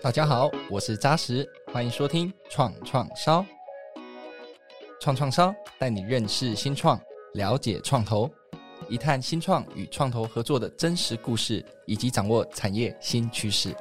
大家好，我是扎实，欢迎收听创创烧。创创烧带你认识新创，了解创投，一探新创与创投合作的真实故事，以及掌握产业新趋势。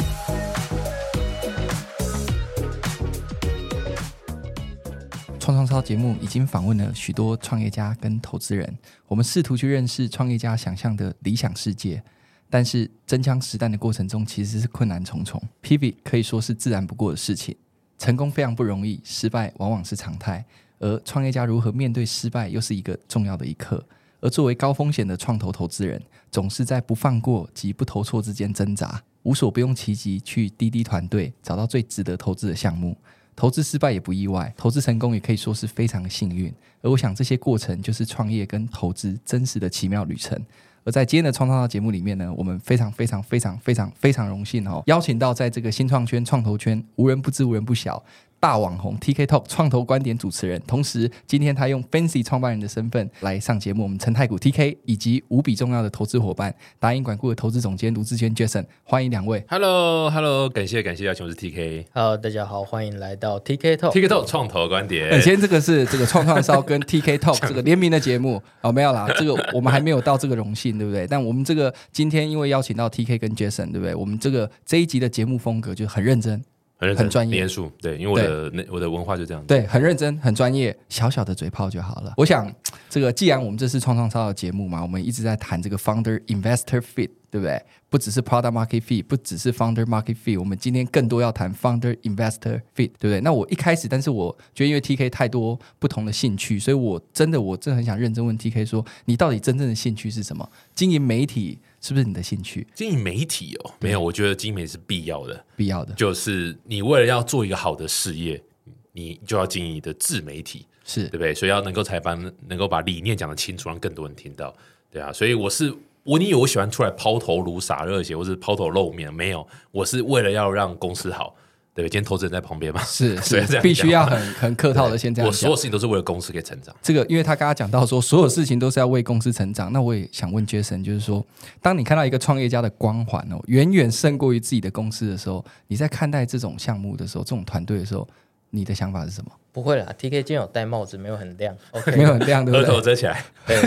创创烧节目已经访问了许多创业家跟投资人，我们试图去认识创业家想象的理想世界，但是真枪实弹的过程中其实是困难重重。 Pivot 可以说是自然不过的事情，成功非常不容易，失败往往是常态，而创业家如何面对失败又是一个重要的一课。而作为高风险的创投投资人，总是在不放过及不投错之间挣扎，无所不用其极去滴滴团队找到最值得投资的项目。投资失败也不意外，投资成功也可以说是非常幸运。而我想这些过程就是创业跟投资真实的奇妙旅程。而在今天的创创节目里面呢，我们非常荣幸邀请到在这个新创圈创投圈无人不知无人不晓大网红 TK Talk 创投观点主持人，同时今天他用 Fancy 创办人的身份来上节目，我们陈太谷 TK 以及无比重要的投资伙伴达银管顾的投资总监卢志轩 Jason， 欢迎两位。 Hello， 感谢邀请，我是 TK。 Hello， 大家好，欢迎来到 TK Talk 创投观点。 今天这个是这个创创烧跟 TK Talk 这个联名的节目没有啦，这个我们还没有到这个荣幸，对不对？但我们这个今天因为邀请到 TK 跟 Jason， 对不对？我们这一集的节目风格就很认真，很专业， 严肃。对，因为我的文化就这样子。 对，很认真，很专业，小小的嘴炮就好了。我想，这个既然我们这是创创烧的节目嘛，我们一直在谈这个 Founder Investor Fit， 对不对？不只是 Product Market Fit， 不只是 Founder Market Fit， 我们今天更多要谈 Founder Investor Fit， 对不对？那我一开始，但是我觉得因为 TK 太多不同的兴趣，所以我真的很想认真问 TK 说，你到底真正的兴趣是什么？经营媒体是不是你的兴趣？ 经营媒体没有，我觉得经营媒体是必要的，就是你为了要做一个好的事业，你就要经营你的自媒体， 是对不对？所以要能够把理念讲得清楚，让更多人听到，对啊。所以你以为我喜欢出来抛头颅洒热血，或是抛头露面？没有，我是为了要让公司好。对，今天投资人在旁边嘛， 是必须要很客套的先这样讲。 我所有事情都是为了公司可以成长。 这个，因为他刚刚讲到说，所有事情都是要为公司成长。那我也想问 Jason， 就是说，当你看到一个创业家的光环远远胜过于自己的公司的时候，你在看待这种项目的时候，这种团队的时候，你的想法是什么？ 不会啦 ，TK 今天有戴帽子，没有很亮，OK， 没有很亮，对不对？ 额头遮起来， 对，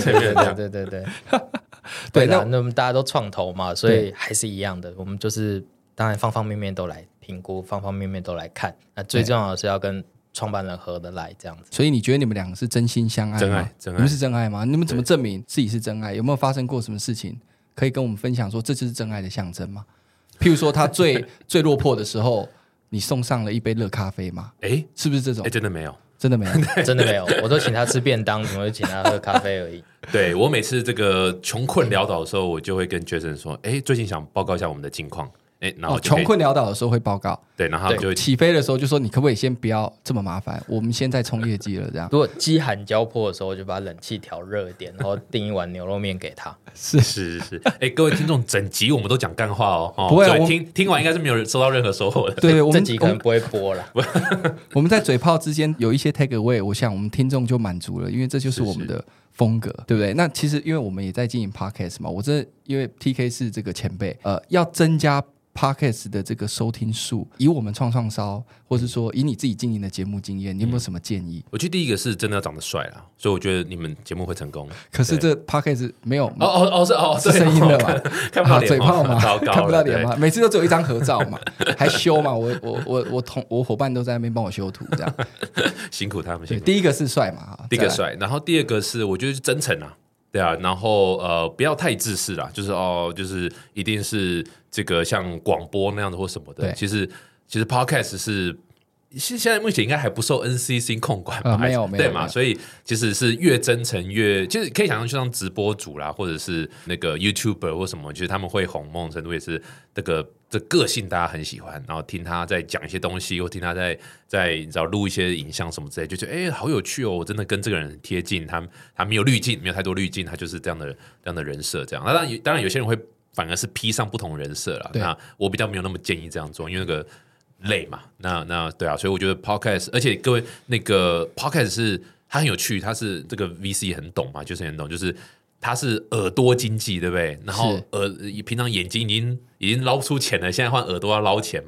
对，那我们大家都创投嘛，所以还是一样的，我们就是当然方方面面都来评估，方方面面都来看。那最重要的是要跟创办人合得来，这样子。 所以你觉得你们两个是真心相爱吗？ 真爱， 你们是真爱吗？你们怎么证明自己是真爱？有没有发生过什么事情可以跟我们分享说这就是真爱的象征吗？譬如说他最落魄的时候，你送上了一杯热咖啡吗？是不是这种？ 真的没有。 真的没有， 真的没有，我都请他吃便当，怎么会请他喝咖啡而已？ 对，我每次这个穷困潦倒的时候，我就会跟 Jason 说，最近想报告一下我们的近况。然后穷困潦倒的时候会报告， 对，然后他们就会起飞的时候就说，你可不可以先不要这么麻烦，我们现在冲业绩了这样。 如果饥寒交迫的时候，我就把冷气调热一点，然后订一碗牛肉面给他。 是， 各位听众，整集我们都讲干话不会， 听完应该是没有收到任何收获的。 对， 这集可能不会播了。 我们在嘴炮之间有一些 take away， 我想我们听众就满足了，因为这就是我们的风格，对不对？那其实因为我们也在经营 podcast 嘛，因为 TK 是这个前辈，要增加Podcast 的这个收听数，以我们创烧，或是说以你自己经营的节目经验，你有没有什么建议？ 我觉得第一个是真的要长得帅啦，所以我觉得你们节目会成功。 可是这 Podcast 没有是声音的嘛， 看不到脸嘴炮嘛，看不到脸嘛，每次都只有一张合照嘛，还修嘛，我伙伴都在那边帮我修图，这样辛苦他们。 第一个是帅嘛， 第一个帅，然后第二个是我觉得是真诚啊。对啊，然后不要太自私啦，就是一定是这个像广播那样的或什么的。其实 podcast 是现在目前应该还不受 NCC 控管吧？ 没有对嘛？所以其实是越真诚越，就是可以想象，就像直播主啦，或者是那个 YouTuber 或什么，就是他们会红，某种程度也是这个性大家很喜欢，然后听他在讲一些东西，或听他在你知道录一些影像什么之类，就觉得好有趣哦，我真的跟这个人很贴近，他没有滤镜，没有太多滤镜，他就是这样的人设这样。那当然有些人会反而是披上不同人设啦，那我比较没有那么建议这样做，因为那个累嘛。那对啊，所以我觉得 podcast， 而且各位那个 podcast 是它很有趣，它是这个 VC 很懂嘛，就是很懂，就是它是耳朵经济，对不对？然后平常眼睛已经捞出钱了，现在换耳朵要捞钱嘛。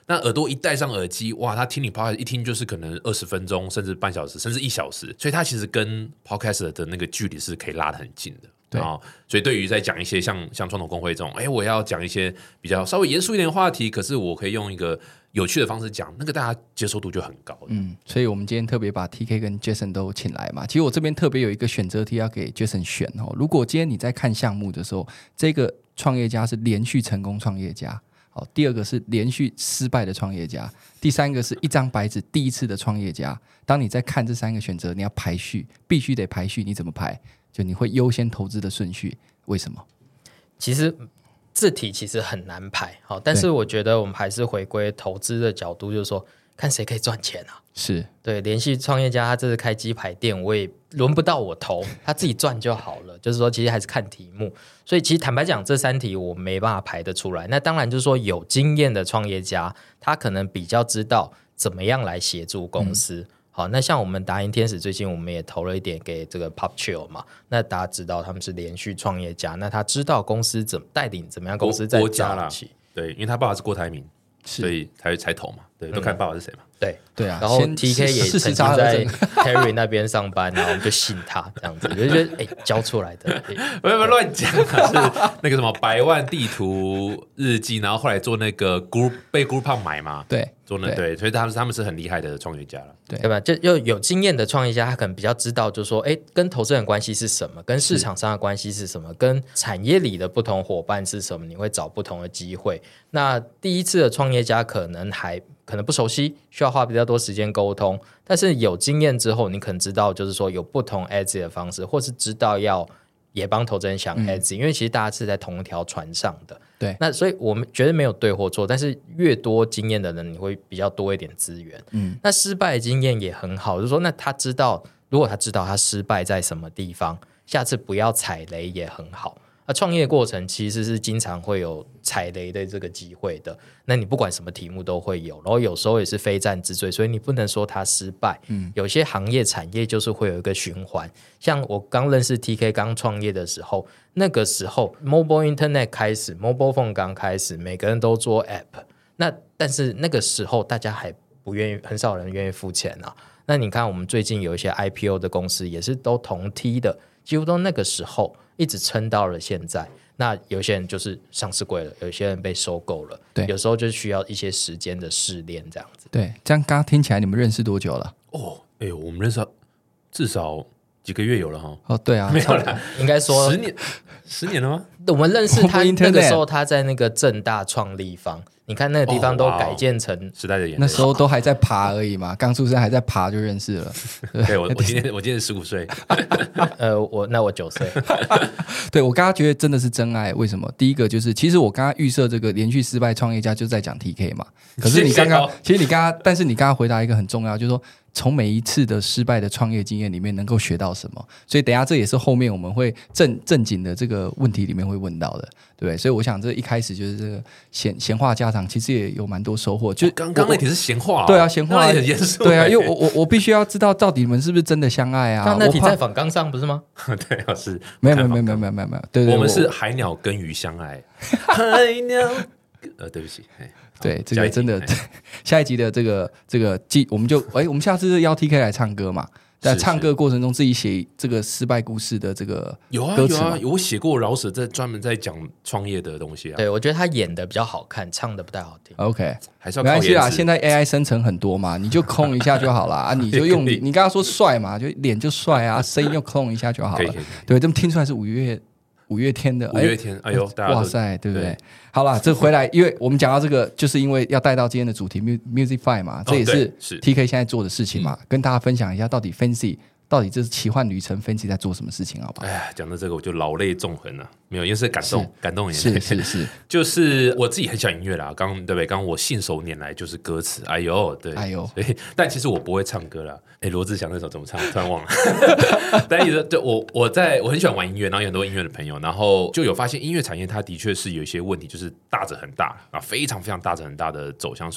那耳朵一戴上耳机，哇，他听你 podcast 一听就是可能20分钟，甚至半小时，甚至1小时，所以他其实跟 podcast 的那个距离是可以拉得很近的。 对， 所以对于在讲一些像传统工会这种，我要讲一些比较稍微严肃一点的话题，可是我可以用一个有趣的方式讲，那个大家接受度就很高。 所以我们今天特别把 TK 跟 Jason 都请来嘛。其实我这边特别有一个选择题要给 Jason 选哦。如果今天你在看项目的时候，这个创业家是连续成功创业家，第二个是连续失败的创业家，第三个是一张白纸第一次的创业家。当你在看这3个选择，你要排序，必须得排序。你怎么排？就你会优先投资的顺序，为什么？ 其实这题其实很难排，但是我觉得我们还是回归投资的角度，就是说看谁可以赚钱啊。 是对，连续创业家他这次开鸡排店，我也轮不到我投，他自己赚就好了。就是说，其实还是看题目。所以其实坦白讲，这3题我没办法排得出来。那当然就是说，有经验的创业家，他可能比较知道怎么样来协助公司。好，那像我们达音天使最近我们也投了一点给这个 Popchill 嘛，那大家知道他们是连续创业家，那他知道公司怎么带领怎么样公司在早期， 对，因为他爸爸是郭台铭，所以才投嘛，对，都看爸爸是谁嘛， 对啊，然后 TK 也曾经在 Terry 那边上班，然后我们就信他这样子，就觉得教出来的， 不要乱讲啊，是那个什么百万地图日记，然后后来做那个被 Groupon 买嘛， 对。 对，所以他们是很厉害的创业家了， 对吧？就有经验的创业家，他可能比较知道，就是说，跟投资人关系是什么，跟市场上的关系是什么，跟产业里的不同伙伴是什么，你会找不同的机会。那第一次的创业家可能不熟悉，需要花比较多时间沟通，但是有经验之后，你可能知道，就是说有不同 exit 的方式，或是知道要也帮投资人想 exit，因为其实大家是在同一条船上的。 对， 那所以我们觉得没有对或错，但是越多经验的人，你会比较多一点资源。那失败的经验也很好，就是说，那如果他知道他失败在什么地方，下次不要踩雷也很好。创业过程其实是经常会有踩雷的这个机会的，那你不管什么题目都会有，然后有时候也是非战之罪，所以你不能说它失败。有些行业产业就是会有一个循环，像我刚认识 TK 刚创业的时候，那个时候 Mobile Internet 开始 Mobile Phone 刚开始，每个人都做 App， 但是那个时候大家还不愿意，很少人愿意付钱啊。那你看我们最近有一些 IPO 的公司也是都同梯的，几乎都那个时候一直撑到了现在。那有些人就是上市柜了，有些人被收购了， 对， 有时候就需要一些时间的试炼这样子。 对，这样刚刚听起来你们认识多久了？ 我们认识至少几个月有了哈。 对啊， 没有啦， 应该说 10年了吗？ 我们认识他那个时候，他在那个政大创立方，你看那个地方都改建成时代的眼泪， 那时候都还在爬而已嘛，刚出生还在爬就认识了。 对，我今天15岁， 我9岁。 对，我刚刚觉得真的是真爱，为什么？第一个就是其实我刚刚预设这个连续失败创业家就在讲 TK 嘛，可是你刚刚但是你刚刚回答一个很重要，就是说从每一次的失败的创业经验里面能够学到什么，所以等一下这也是后面我们会正经的这个问题里面会问到的，对不对？所以我想这一开始就是这个闲话家常，其实也有蛮多收获。就刚刚那题是闲话， 对啊，闲话很严肃， 对啊，因为我必须要知道到底你们是不是真的相爱啊？ 那题在访纲上不是吗？ 对，是没有，对， 我们是海鸟跟鱼相爱，海鸟。对不起， 对，这个真的，下一集的这个我们就我们下次邀 TK 来唱歌嘛。在唱歌过程中自己写这个失败故事的这个歌词吗？ 有我写过饶舌，专门在讲创业的东西啊。 对，我觉得他演的比较好看，唱的不太好听。 OK， 还是要没关系啦，现在 AI 生成很多嘛，你就clone一下就好了啊，你就用你刚刚说帅嘛，就脸就帅啊，声音又clone一下就好了。对，这么听出来是五月天的， 五月天，哎呦， 哇塞，对不对？好啦，这回来，因为我们讲到这个，就是因为要带到今天的主题 Musicify 嘛，这也是 TK 现在做的事情嘛，跟大家分享一下，到底 Fancy 到底这是奇幻旅程 Fancy 在做什么事情，好不好？ 哎，讲到这个我就老泪纵横了，没有，因为是感动是， 就是我自己很喜欢音乐啦，对不对？刚我信手拈来就是歌词，哎呦，对， 哎呦， 但其实我不会唱歌啦。罗志祥那首怎么唱？突然忘了。但意思就我很喜欢玩音乐，然后有很多音乐的朋友，然后就有发现音乐产业它的确是有一些问题，就是大着很大啊，非常非常大着很大的走向，所以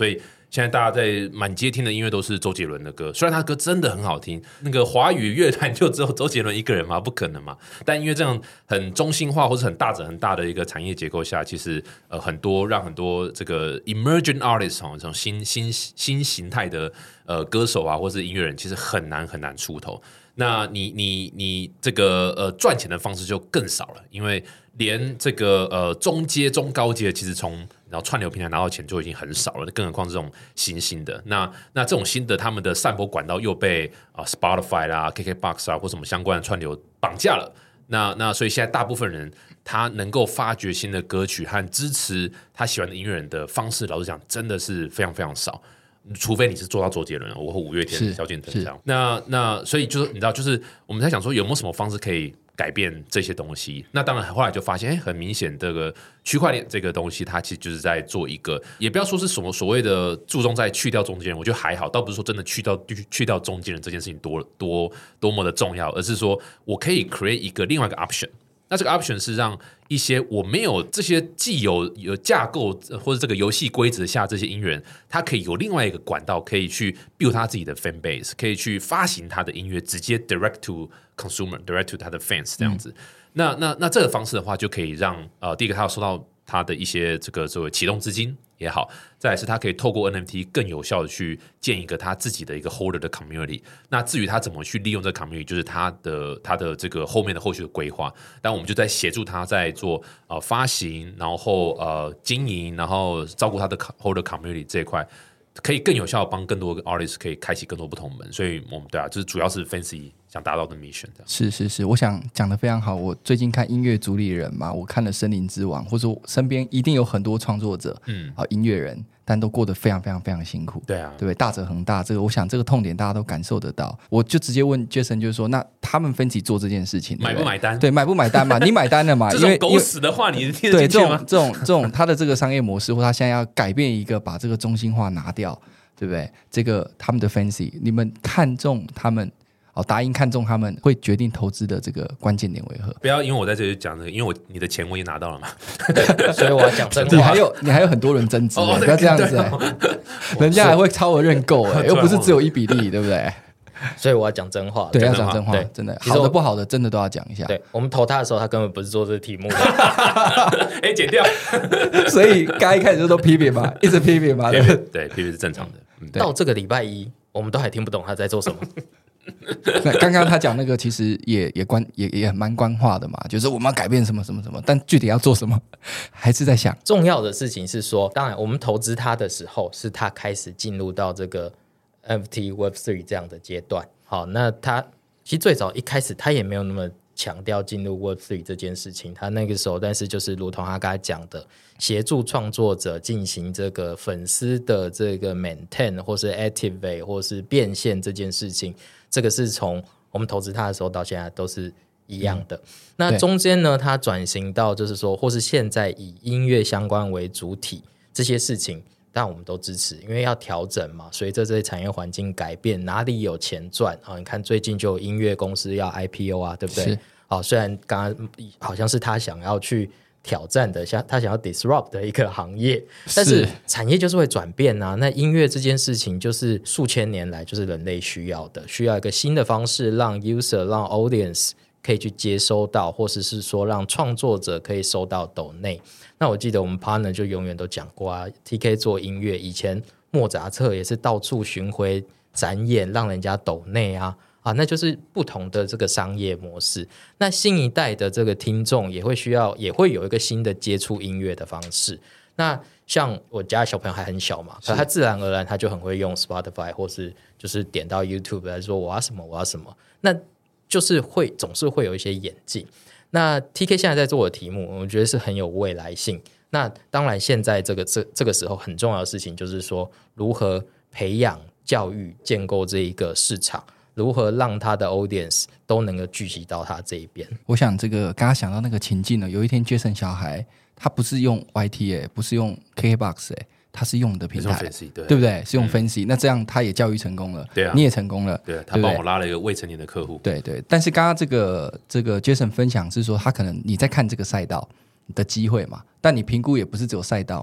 现在大家在满街听的音乐都是周杰伦的歌，虽然他的歌真的很好听，那个华语乐坛就只有周杰伦一个人吗？不可能嘛。但因为这样很中心化或是很大的一个产业结构下，其实让很多这个 emerging artists 这种新形态的歌手啊，或是音乐人，其实很难出头。那你这个赚钱的方式就更少了，因为连这个中高阶，其实然后串流平台拿到钱就已经很少了，更何况这种新兴的。那这种新的他们的散播管道又被Spotify 啦、KKBox 啊或什么相关的串流绑架了。那所以现在大部分人他能够发掘新的歌曲和支持他喜欢的音乐人的方式，老实讲真的是非常非常少。除非你是做到周杰伦，我和五月天、萧敬腾这样。那所以就是你知道，就是我们在想说有没有什么方式可以改变这些东西。那当然后来就发现，很明显这个区块链这个东西，它其实就是在做一个，也不要说是什么所谓的注重在去掉中间人，我觉得还好，倒不是说真的去掉中间人这件事情多么的重要，而是说我可以 create 一个另外一个 option。那这个 option 是让一些我没有这些既有架构或者这个游戏规则下这些音乐人，他可以有另外一个管道可以去 build 他自己的 fan base， 可以去发行他的音乐，直接 direct to consumer，direct to 他的 fans 这样子。那这个方式的话，就可以让第一个他要收到他的一些这个作为启动资金也好，再来是他可以透过 NFT 更有效的去建一个他自己的一个 holder 的 community。那至于他怎么去利用这个 community， 就是他的这个后续的规划。但我们就在协助他在做发行，然后经营，然后照顾他的 holder community 这一块，可以更有效的帮更多的 artist 可以开启更多不同门。所以我们就是主要是 Fancy 想达到的 mission。 是，我想讲得非常好。我最近看音乐主理人嘛，我看了《森林之王》，或者说身边一定有很多创作者，音乐人，但都过得非常非常非常辛苦。 对啊， 对不对？大者恒大，这个我想这个痛点大家都感受得到。我就直接问 Jason， 就是说，那他们分级做这件事情， 买不买单？ 对，买不买单嘛？你买单了嘛？ 这种狗屎的话，你听得进去吗？ 对，这种他的这个商业模式，或他现在要改变一个，把这个中心化拿掉，对不对？这个他们的 Fancy， 你们看中他们？答应看中他们会决定投资的这个关键点为何？ 不要因为我在这里讲这个，因为你的钱我已经拿到了嘛， 所以我要讲真话。 你还有很多人增资，不要这样子，人家还会超额认购，又不是只有一比例，对不对？ 所以我要讲真话， 对，要讲真话，真的好的不好的，真的都要讲一下。 对，我们投他的时候，他根本不是做这个题目的， 剪掉。 所以刚一开始就都批评嘛，一直批评嘛， 对，批评是正常的。 到这个礼拜一，我们都还听不懂他在做什么。 那刚刚他讲那个其实也蛮官话的嘛，就是我们要改变什么什么什么，但具体要做什么还是在想。 重要的事情是说，当然我们投资他的时候，是他开始进入到这个 NFT Web3 这样的阶段。好，那他其实最早一开始他也没有那么强调进入 Web3 这件事情，他那个时候但是就是如同他刚才讲的，协助创作者进行这个粉丝的这个 maintain 或是 activate 或是变现这件事情，这个是从我们投资他的时候到现在都是一样的。那中间呢，他转型到就是说，或是现在以音乐相关为主体这些事情，当然我们都支持，因为要调整嘛，随着这些产业环境改变，哪里有钱赚啊？你看最近就有音乐公司要 IPO 啊，对不对？虽然刚刚好像是他想要去挑战的，像他想要 disrupt 的一个行业，但是产业就是会转变啊。那音乐这件事情就是数千年来就是人类需要的，需要一个新的方式，让 user 让 audience 可以去接收到，或者是说让创作者可以收到抖内。那我记得我们 partner 就永远都讲过啊 ，TK 做音乐以前莫扎特也是到处巡回展演，让人家抖内啊。那就是不同的这个商业模式。那新一代的这个听众也会有一个新的接触音乐的方式。那像我家的小朋友还很小嘛，可他自然而然他就很会用 Spotify 或是就是点到 YouTube 来说我要什么，那就是总是会有一些演进。那 TK 现在在做的题目，我觉得是很有未来性。那当然现在这个时候很重要的事情就是说，如何培养教育建构这一个市场，如何让他的 audience 都能够聚集到他这一边。 我想这个刚刚想到那个情境呢，有一天 Jason 小孩他不是用 YT 不是用 KKBox 他是用的平台，对不对？是用 Fancy，那这样他也教育成功了， 对啊， 你也成功了， 对，他帮我拉了一个未成年的客户， 对。但是刚刚这个 Jason 分享是说，他可能你在看这个赛道的机会嘛，但你评估也不是只有赛道嘛，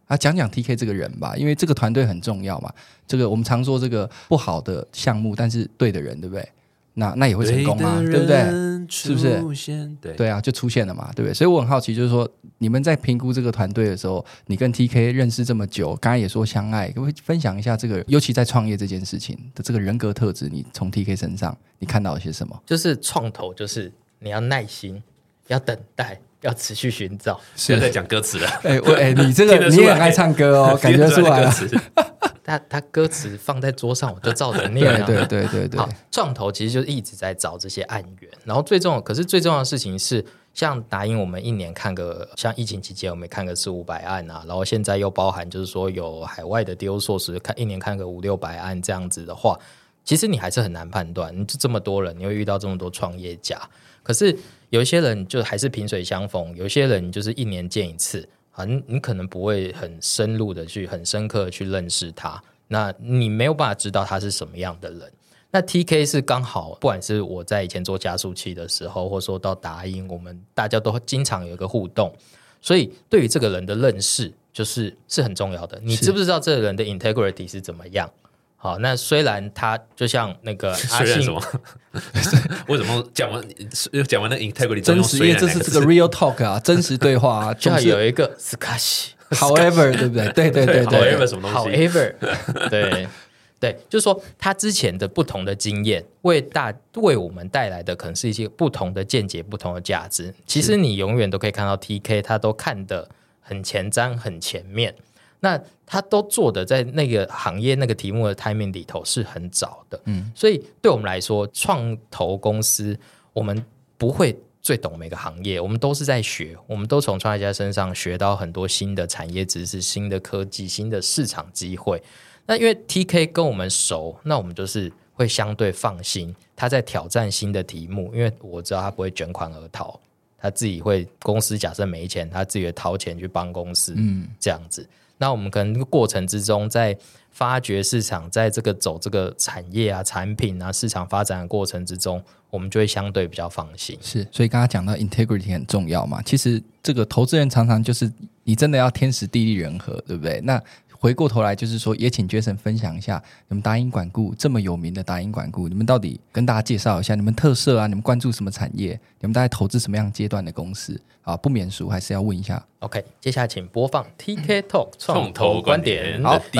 讲讲 TK 这个人吧，因为这个团队很重要嘛。这个我们常说这个不好的项目，但是对的人，对不对？那也会成功啊，对不对？是不是？对啊，就出现了嘛，对不对？所以我很好奇，就是说你们在评估这个团队的时候，你跟 TK 认识这么久，刚才也说相爱，可不可以分享一下这个，尤其在创业这件事情的这个人格特质，你从 TK 身上你看到了些什么？ 就是创投，就是你要耐心，要等待，要持续寻找。 不要再讲歌词了。 你这个你也很爱唱歌哦，感觉出来了。 他歌词放在桌上，我就照着念。 对。 好，创投其实就一直在找这些案源，然后最重要的事情是，像达英，我们一年看个，像疫情期间我们看个400-500案啊，然后现在又包含就是说有海外的 deal source， 一年看个500-600案这样子的话，其实你还是很难判断，你就这么多人，你会遇到这么多创业家，可是有一些人就还是萍水相逢，有一些人就是一年见一次。你可能不会很深入的去很深刻的去认识他，那你没有办法知道他是什么样的人。那 TK 是刚好，不管是我在以前做加速器的时候，或者说到达英，我们大家都经常有一个互动，所以对于这个人的认识是很重要的。你知不知道这个人的 integrity 是怎么样？好，那虽然他就像那个阿信什么， 为什么讲完那 integrity 真实？因为这是这个 real talk 啊，真实对话啊， 就要有一个 however 对不对？对 however 什么东西 however 对，就是说他之前的不同的经验为我们带来的可能是一些不同的见解、不同的价值。其实你永远都可以看到 TK 他都看得很前瞻、很前面。那他都做的在那个行业那个题目的 timing 里头是很早的，所以对我们来说，创投公司我们不会最懂每个行业，我们都是在学，我们都从创业家身上学到很多新的产业知识、新的科技、新的市场机会。那因为 TK 跟我们熟，那我们就是会相对放心，他在挑战新的题目，因为我知道他不会卷款而逃，他自己会公司假设没钱，他自己会掏钱去帮公司，这样子。那我们可能过程之中，在发掘市场，在这个走这个产业啊、产品啊、市场发展的过程之中，我们就会相对比较放心。 是，所以刚刚讲到 integrity 很重要嘛。其实这个投资人常常就是你真的要天时地利人和，对不对？那回过头来就是说，也请 Jason 分享一下你们达英管顾这么有名的达英管顾，你们到底跟大家介绍一下你们特色啊，你们关注什么产业，你们大概投资什么样阶段的公司啊？不免俗还是要问一下。 OK， 接下来请播放 TK Talk 创投观点。 好，第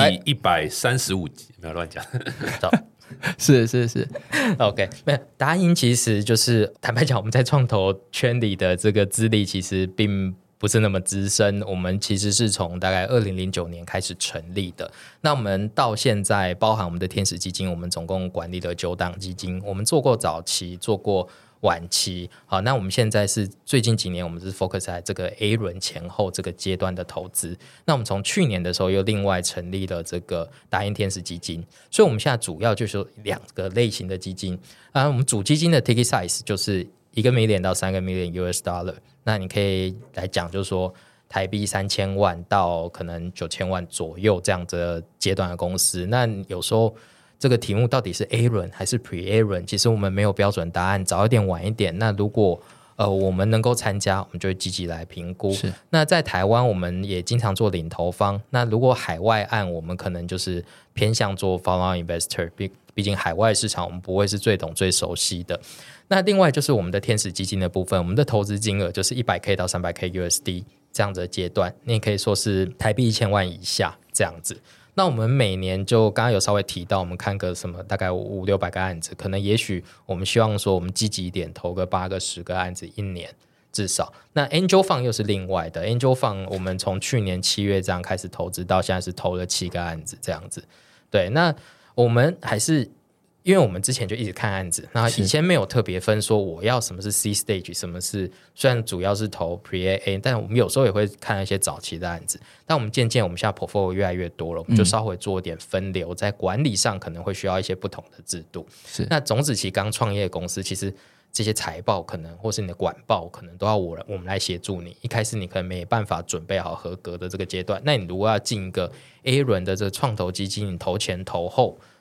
135集，没有乱讲。 是 OK， 达英其实就是坦白讲，我们在创投圈里的这个资历其实并不是那么资深，我们其实是从大概2009年开始成立的。那我们到现在，包含我们的天使基金，我们总共管理了9档基金，我们做过早期，做过晚期。好，那我们现在是最近几年，我们是 focus 在这个 A 轮前后这个阶段的投资。那我们从去年的时候又另外成立了这个达英天使基金，所以我们现在主要就是2个类型的基金。我们主基金的 ticket size 就是1个 million 到3个 million US$， 那你可以来讲就是说台币3000万到可能9000万左右这样子的阶段的公司。那有时候这个题目到底是 A 轮还是 Pre-A 轮，其实我们没有标准答案，早一点晚一点。那如果我们能够参加，我们就会积极来评估。那在台湾我们也经常做领投方，那如果海外案我们可能就是偏向做 follow investor， 毕竟海外市场我们不会是最懂最熟悉的。那另外就是我们的天使基金的部分，我们的投资金额就是 100K 到 300K USD 这样子的阶段，你也可以说是台币1000万以下这样子。那我们每年就刚刚有稍微提到，我们看个什么大概500-600个案子，可能也许我们希望说我们积极一点，投个8个10个案子一年至少。那 Angel Fund 又是另外的 Angel Fund， 我们从去年7月这样开始投资，到现在是投了7个案子这样子。对，那我们还是因为我们之前就一直看案子，那以前没有特别分说我要什么是 C stage， 什么是虽然主要是投 Pre-A， 但我们有时候也会看一些早期的案子。但我们渐渐我们现在 portfolio 越来越多了，我们就稍微做一点分流，在管理上可能会需要一些不同的制度。那种子期刚创业的公司，其实这些财报可能或是你的管报可能都要我们来协助你。一开始你可能没办法准备好合格的这个阶段，那你如果要进一个 A 轮的这个创投基金，你投前投后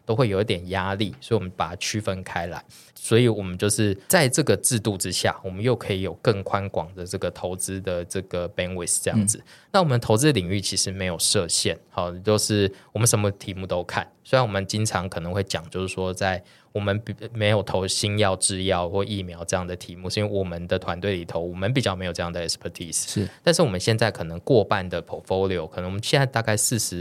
都会有一点压力，所以我们把它区分开来。所以我们就是在这个制度之下，我们又可以有更宽广的这个投资的这个 bandwidth 这样子。那我们投资领域其实没有设限，好，就是我们什么题目都看。虽然我们经常可能会讲，就是说在我们没有投新药、制药或疫苗这样的题目，是因为我们的团队里头我们比较没有这样的 expertise。 是， 但是我们现在可能过半的 portfolio， 可能我们现在大概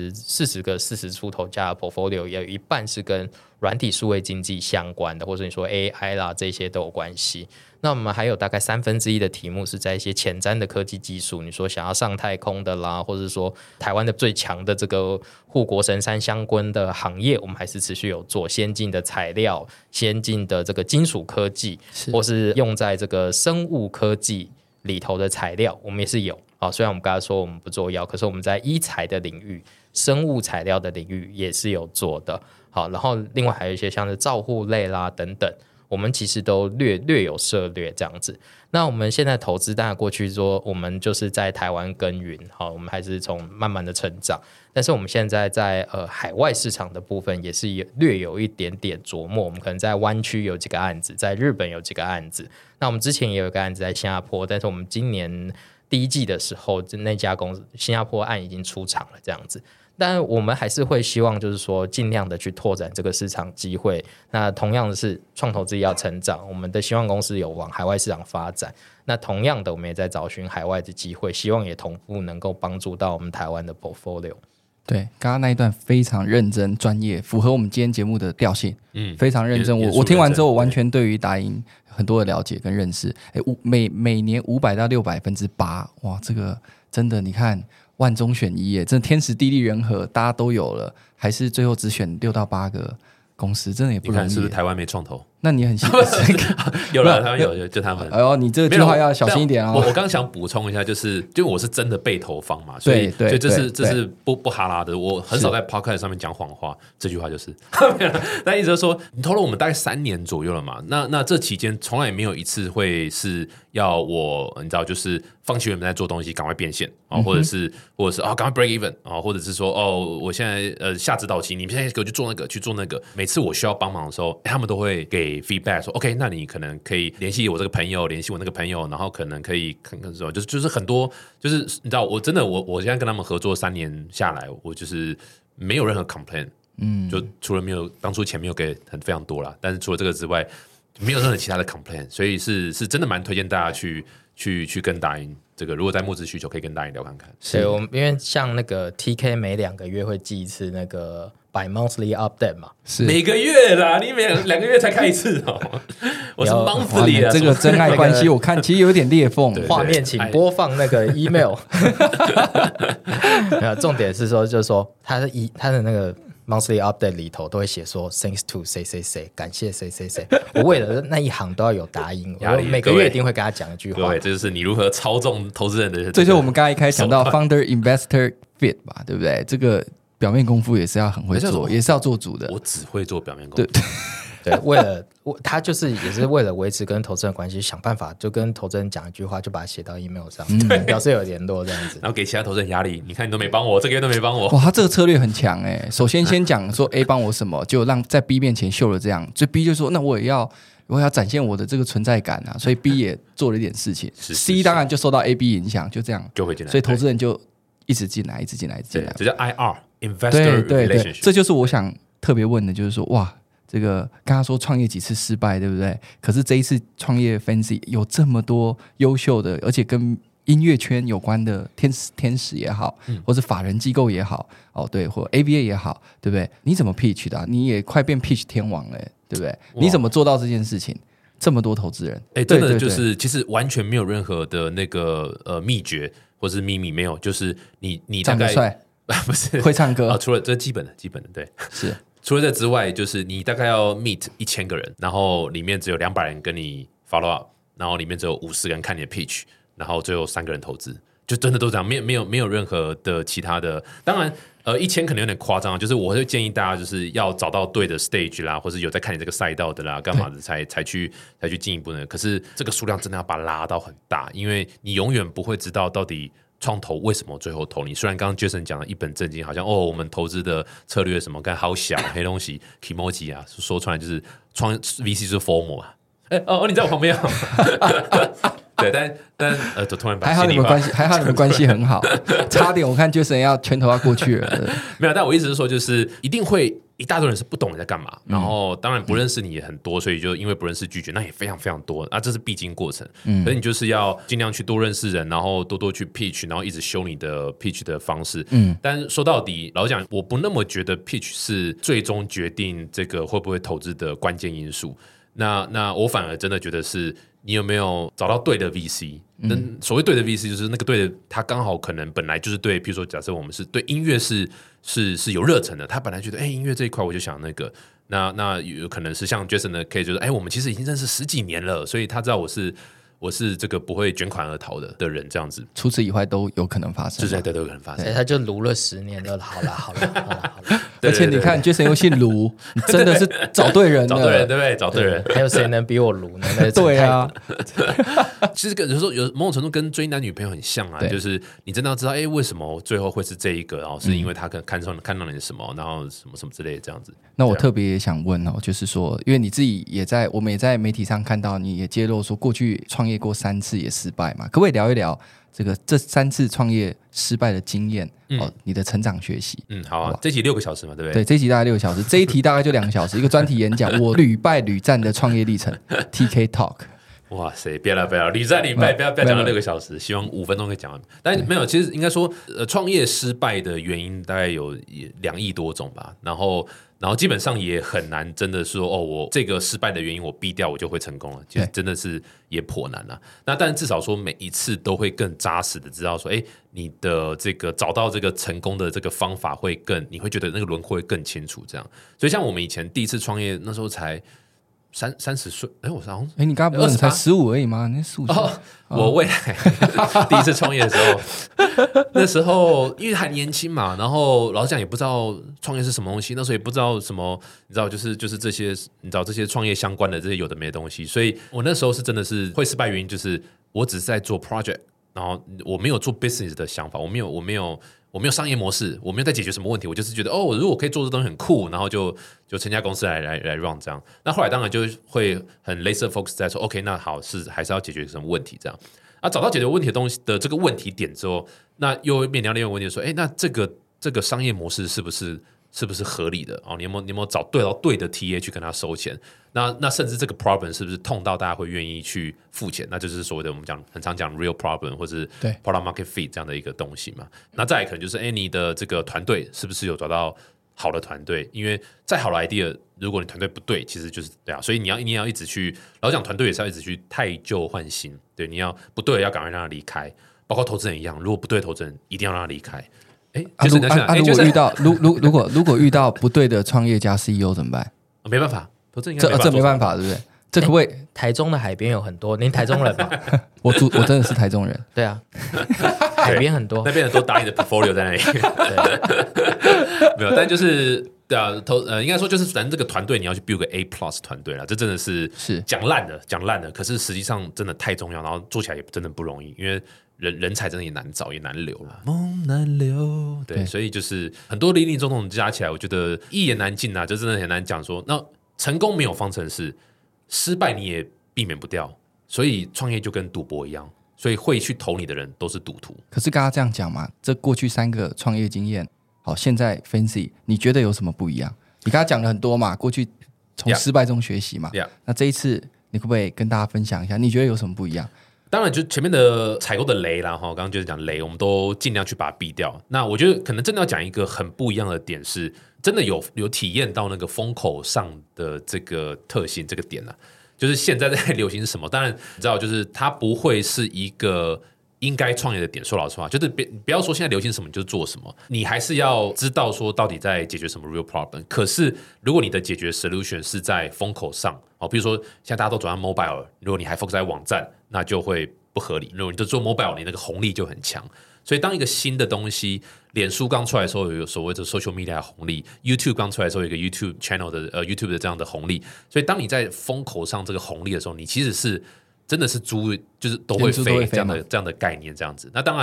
40出头家的 portfolio， 也有一半是跟软体数位经济相关的，或者你说 AI 啦，这些都有关系。那我们还有大概1/3的题目是在一些前瞻的科技技术，你说想要上太空的啦，或者说台湾的最强的这个护国神山相关的行业，我们还是持续有做先进的材料、先进的这个金属科技，或是用在这个生物科技里头的材料，我们也是有。虽然我们刚才说我们不做药，可是我们在医材的领域、生物材料的领域也是有做的。好，然后另外还有一些像是照护类啦等等，我们其实都略有涉略这样子。那我们现在投资，当然过去说我们就是在台湾耕耘，好，我们还是从慢慢的成长。但是我们现在在海外市场的部分也是略有一点点琢磨。我们可能在湾区有几个案子，在日本有几个案子。那我们之前也有一个案子在新加坡，但是我们今年第一季的时候，那家公司新加坡案已经出场了这样子。但我们还是会希望就是说尽量的去拓展这个市场机会。那同样的是创投自己要成长，我们的希望公司有往海外市场发展，那同样的我们也在找寻海外的机会，希望也同步能够帮助到我们台湾的 portfolio。 对，刚刚那一段非常认真专业，符合我们今天节目的调性。非常认真。我听完之后，我完全对于达盈很多的了解跟认识。每年500到600%，哇，这个真的你看万中选一耶，真的天时地利人和，大家都有了，还是最后只选6到8个公司，真的也不容易。 你看是不是台湾没创投？ 那你很喜欢有了，台湾有，就他们。 哎呦，你这个句话要小心一点哦。 我刚想补充一下，就我是真的被投放嘛，所以这是不哈拉的。我很少在 podcast 上面讲谎话，这句话就是。但意思就是说，你投了我们大概3年左右了嘛，那这期间从来没有一次会是要我你知道就是放弃原本在做东西，赶快变现或者是赶快 break even 或者是说我现在下指导期，你现在给我去做那个去做那个。每次我需要帮忙的时候，他们都会给feedback 说 OK， 那你可能可以联系我这个朋友，联系我那个朋友，然后可能可以看看什么，就是很多，就是你知道，我真的我现在跟他们合作3年下来，我就是没有任何 complaint，就除了没有当初钱没有给非常多啦，但是除了这个之外，没有任何其他的 complaint， 所以是真的蛮推荐大家去跟达盈这个，如果在募资需求可以跟达盈聊看看。 对，我们因为像那个 TK 每2个月会寄一次那个bi-monthly update 嘛， 是每个月啦，你每2个月才开一次我是 monthly 啊。 这个真爱关系我看其实有点裂缝。 画面请播放那个 email。重点是说，就是说他的那个 monthly update 里头都会写说 thanks to 谁谁谁，感谢谁谁谁。我为了那一行都要有答应，我每个月一定会跟他讲一句话。 对，这就是你如何操纵投资人的。 这就是我们刚才一开始讲到 founder investor fit 吧，对不对？这个表面功夫也是要很会做，也是要做足的。 我只会做表面功夫。 对，为了他就是也是为了维持跟投资人关系，想办法就跟投资人讲一句话，就把它写到 email 上，表示有联络这样子， 然后给其他投资人压力。你看你都没帮我，这个月都没帮我。 哇，他这个策略很强哎！首先讲说 A 帮我什么，就让在 B 面前秀了这样，所以 B 就说那我要展现我的这个存在感啊，所以 B 也做了一点事情。C 当然就受到 AB 影响，就这样就会进来， 所以投资人就一直进来，一直进来，一直进来。 这叫 IR Investor Relationship。 这就是我想特别问的，就是说哇。这个刚刚说创业几次失败，对不对？可是这一次创业 Fancy 有这么多优秀的，而且跟音乐圈有关的天使也好，或者法人机构也好，对，或 ABA 也好，对不对？你怎么 pitch 的你也快变 pitch 天王了，对不对？你怎么做到这件事情？这么多投资人， 真的就是其实完全没有任何的那个秘诀或是秘密，没有，就是你大概长得帅不是会唱歌除了这基本的对是。 除了这之外，就是你大概要 meet 1000个人，然后里面只有200人跟你 follow up， 然后里面只有50个人看你的 pitch， 然后最后3个人投资，就真的都这样，没有任何的其他的。当然，1000可能有点夸张，就是我会建议大家就是要找到对的 stage 啦，或是有在看你这个赛道的啦，干嘛的才去进一步呢？可是这个数量真的要把它拉到很大，因为你永远不会知道到底创投为什么最后投你？虽然刚刚 Jason 讲的一本正经，好像我们投资的策略什么，干好小黑东西 ，emoji 啊，说出来就是VC 就是 formal 啊。你在我旁边啊。对，但突然把还好你们关系，还好你们关系很好，差点我看 Jason 要拳头要过去了。 没有，但我意思是说，就是一定会一大堆人是不懂你在干嘛，然后当然不认识你也很多，所以就因为不认识拒绝，那也非常非常多，这是必经过程。可是你就是要尽量去多认识人，然后多去 pitch， 然后一直修你的 pitch 的方式。但说到底，老实讲，我不那么觉得 pitch 是最终决定这个会不会投资的关键因素。那我反而真的觉得是你有没有找到对的 VC。所谓对的 VC 就是那个对的，他刚好可能本来就是对，比如说假设我们是对音乐是有热忱的，他本来觉得音乐这一块我就想那个，那有可能是像 Jason 的 case 就是我们其实已经认识10几年了，所以他知道我是这个不会卷款而逃的人，这样子。 除此以外都有可能发生， 对，都有可能发生。 他就撸了10年了，好了。 而且你看 Jason 又姓卢，你真的是找对人了， 找对人，对不对？找对人， 还有谁能比我卢呢？ 对啊， 其实有时候有某种程度跟追男女朋友很像啊，就是你真的要知道，为什么最后会是这一个，然后是因为他看到你什么，然后什么之类的这样子。 那我特别想问就是说，因为你自己我们也在媒体上看到，你也揭露说过去创业过3次也失败嘛，可不可以聊一聊这3次创业失败的经验？你的成长学习。 好啊，这一集6个小时嘛，对不对？ 对，这一集大概6个小时，这一题大概就2个小时，一个专题演讲，我屡败屡战的创业历程，TK Talk。 哇塞，别了，屡战屡败，不要讲到6个小时，希望5分钟可以讲完。但没有，其实应该说，创业失败的原因大概有2亿多种吧，然后基本上也很难真的说我这个失败的原因我避掉我就会成功了，其实真的是也颇难了。那但至少说每一次都会更扎实的知道说，你的这个找到这个成功的这个方法会你会觉得那个轮廓会更清楚，这样。所以像我们以前第一次创业那时候才30岁，我好像你刚刚不是才15而已吗？你15岁。 我未来第一次创业的时候，那时候因为还年轻嘛，然后老实讲也不知道创业是什么东西，那时候也不知道什么，你知道就是这些，你知道这些创业相关的这些有的没的东西，所以我那时候是真的是会失败原因就是我只是在做 project， 然后我没有做 business 的想法，我没有商业模式，我没有在解决什么问题，我就是觉得我如果可以做这东西很酷，然后就成家公司来 run 这样。那后来当然就会很 laser focus 在说 OK， 那好还是要解决什么问题这样。找到解决问题的东西的这个问题点之后，那又面临另外一个问题说，那这个商业模式是不是合理的？你有没有找到对的 TA 去跟他收钱？那甚至这个 problem 是不是痛到大家会愿意去付钱？那就是所谓的我们很常讲 real problem 或是 product market fit 这样的一个东西嘛。那再来可能就是你的这个团队是不是有找到好的团队？因为再好的 idea， 如果你团队不对，其实就是对啊。所以你要一直去，老讲团队也是要一直去汰旧换新。对，你要不对要赶快让他离开，包括投资人一样，如果不对投资人一定要让他离开。 如果遇到不对的创业家 CEO 怎么办？ 没办法，投资人应该这没办法，对不对？这可不可以？ 台中的海边有很多，您台中人吗？ 我真的是台中人。 对啊，海边很多， 那边很多打你的 portfolio 在那里。没有，但就是对啊，应该说就是咱这个团队你要去 build 个 A+ 团队啦，这真的是讲烂的，可是实际上真的太重要，然后做起来也真的不容易，因为人才真的也难找也难留啦，梦难留。对，所以就是很多林林总总加起来，我觉得一言难尽啊，就真的很难讲说，那成功没有方程式，失败你也避免不掉，所以创业就跟赌博一样，所以会去投你的人都是赌徒。 可是刚刚这样讲嘛，这过去3个创业经验，好，现在 Fancy 你觉得有什么不一样？你刚刚讲了很多嘛，过去从失败中学习嘛，那这一次你可不可以跟大家分享一下，你觉得有什么不一样？ 当然，就前面的采购的雷啦，刚刚就是讲雷，我们都尽量去把它避掉。那我觉得可能真的要讲一个很不一样的点是，真的有体验到那个风口上的这个特性，这个点啊，就是现在在流行什么？当然你知道，就是它不会是一个应该创业的点。说老实话，就是不要说现在流行什么你就做什么，你还是要知道说到底在解决什么 real problem。可是如果你的解决 solution 是在风口上，比如说现在大家都转向 mobile， 如果你还 focus 在网站，那就会不合理。如果你就做 mobile， 你那个红利就很强。所以当一个新的东西，脸书刚出来的时候有所谓的 social media 的红利， YouTube 刚出来的时候有一个 YouTube channel 的YouTube 的这样的红利。所以当你在风口上这个红利的时候，你其实是真的是猪就是都会飞这样的概念这样子。那当然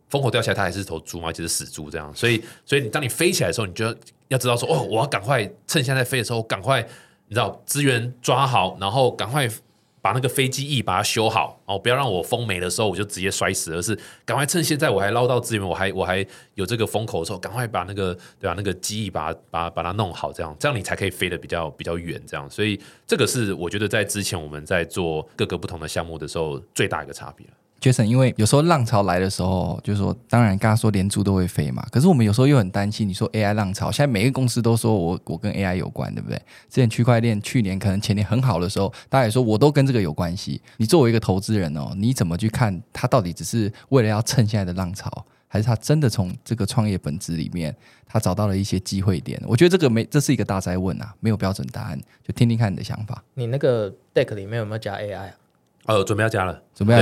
风口掉下来，它还是头猪嘛，就是死猪这样。所以你当你飞起来的时候，你就要知道说，我要赶快趁现在飞的时候，赶快你知道资源抓好，然后赶快把那个飞机翼把它修好，不要让我风没的时候我就直接摔死，而是赶快趁现在我还捞到资源，我还有这个风口的时候，赶快把那个对吧、那个机翼把它弄好，这样你才可以飞得比较远，这样。所以这个是我觉得在之前我们在做各个不同的项目的时候最大一个差别。 Jason， 因为有时候浪潮来的时候，就是说，当然刚刚说连猪都会飞嘛，可是我们有时候又很担心，你说 AI 浪潮，现在每个公司都说我跟 AI 有关，对不对？之前区块链去年可能前年很好的时候，大家也说我都跟这个有关系。你作为一个投资人你怎么去看它到底只是为了要蹭现在的浪潮，还是他真的从这个创业本质里面，他找到了一些机会点？我觉得这是一个大哉问啊，没有标准答案，就听听看你的想法。 你那个 deck 里面有没有加 AI 啊？ 准备要加了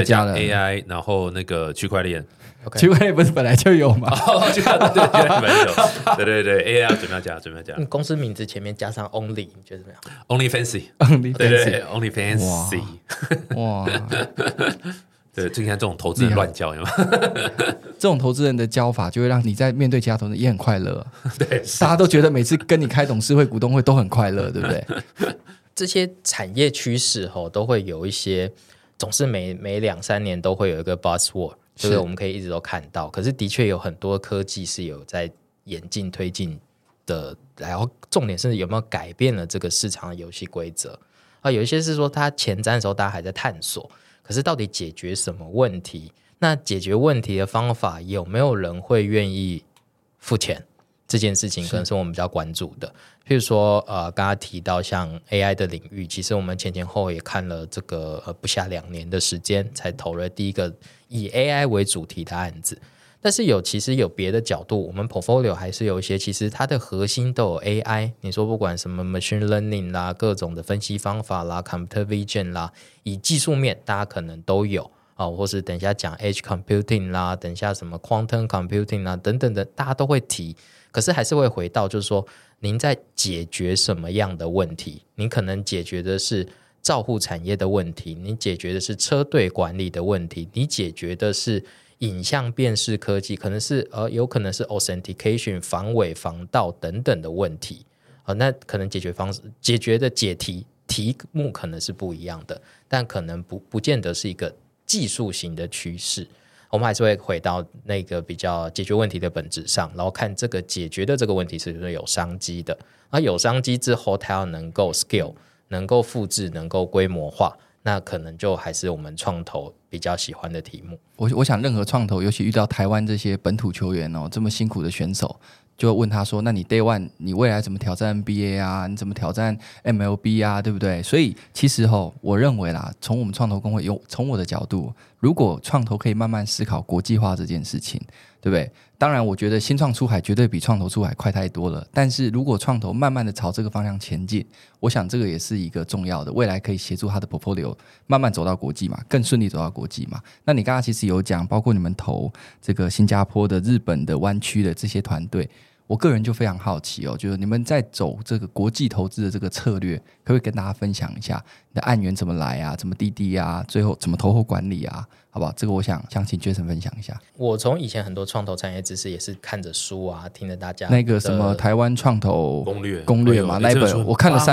AI， 然后那个区块链， 区块链不是本来就有吗？ 区块链本来有，对 AI 准备要加。 公司名字前面加上 Only， 你觉得怎么样 ？Only Fancy， 对 ，Only Fancy， 哇， 对，就你看这种投资人乱叫，有吗？ 这种投资人的教法，就会让你在面对其他投资人也很快乐。 对， 大家都觉得每次跟你开董事会、股东会都很快乐，对不对？ 这些产业趋势都会有一些。总是每2-3年都会有一个 buzzword， 这个我们可以一直都看到。可是的确有很多科技是有在演进推进的，然后重点是有没有改变了这个市场的游戏规则啊？有一些是说它前瞻的时候大家还在探索，可是到底解决什么问题？那解决问题的方法有没有人会愿意付钱？这件事情可能是我们比较关注的。譬如说刚刚提到像 AI 的领域，其实我们前后也看了这个不下2年的时间才投了第一个以 AI 为主题的案子。但是其实有别的角度，我们 portfolio 还是有一些其实它的核心都有 AI， 你说不管什么 machine learning 啦，各种的分析方法啦， computer vision 啦，以技术面大家可能都有或是等一下讲 edge computing 啦，等一下什么 quantum computing 啦等等的，大家都会提。可是还是会回到就是说您在解决什么样的问题，您可能解决的是照护产业的问题，你解决的是车队管理的问题，你解决的是影像辨识科技，可能是有可能是 authentication 防伪防盗等等的问题那可能解决方式解决的题目可能是不一样的，但可能不见得是一个技术型的趋势。我们还是会回到那个比较解决问题的本质上，然后看这个解决的这个问题是不是有商机的，而有商机之后它要能够 scale， 能够复制，能够规模化，那可能就还是我们创投比较喜欢的题目。 我想任何创投，尤其遇到台湾这些本土球员这么辛苦的选手，就问他说，那你 Day One 你未来怎么挑战 NBA 啊，你怎么挑战 MLB 啊，对不对？所以其实我认为啦，从我们创投工会从我的角度，如果创投可以慢慢思考国际化这件事情，对不对？当然我觉得新创出海绝对比创投出海快太多了，但是如果创投慢慢的朝这个方向前进，我想这个也是一个重要的，未来可以协助他的 portfolio 慢慢走到国际嘛，更顺利走到国际嘛。那你刚刚其实有讲，包括你们投这个新加坡的、日本的、湾区的这些团队，我个人就非常好奇就是你们在走这个国际投资的这个策略，可不可以跟大家分享一下你的案源怎么来啊，怎么滴滴啊，最后怎么投后管理啊，好不好？这个我想请 Jason 分享一下。 我从以前很多创投产业知识也是看着书啊，听着大家那个什么台湾创投攻略嘛，那一本我看了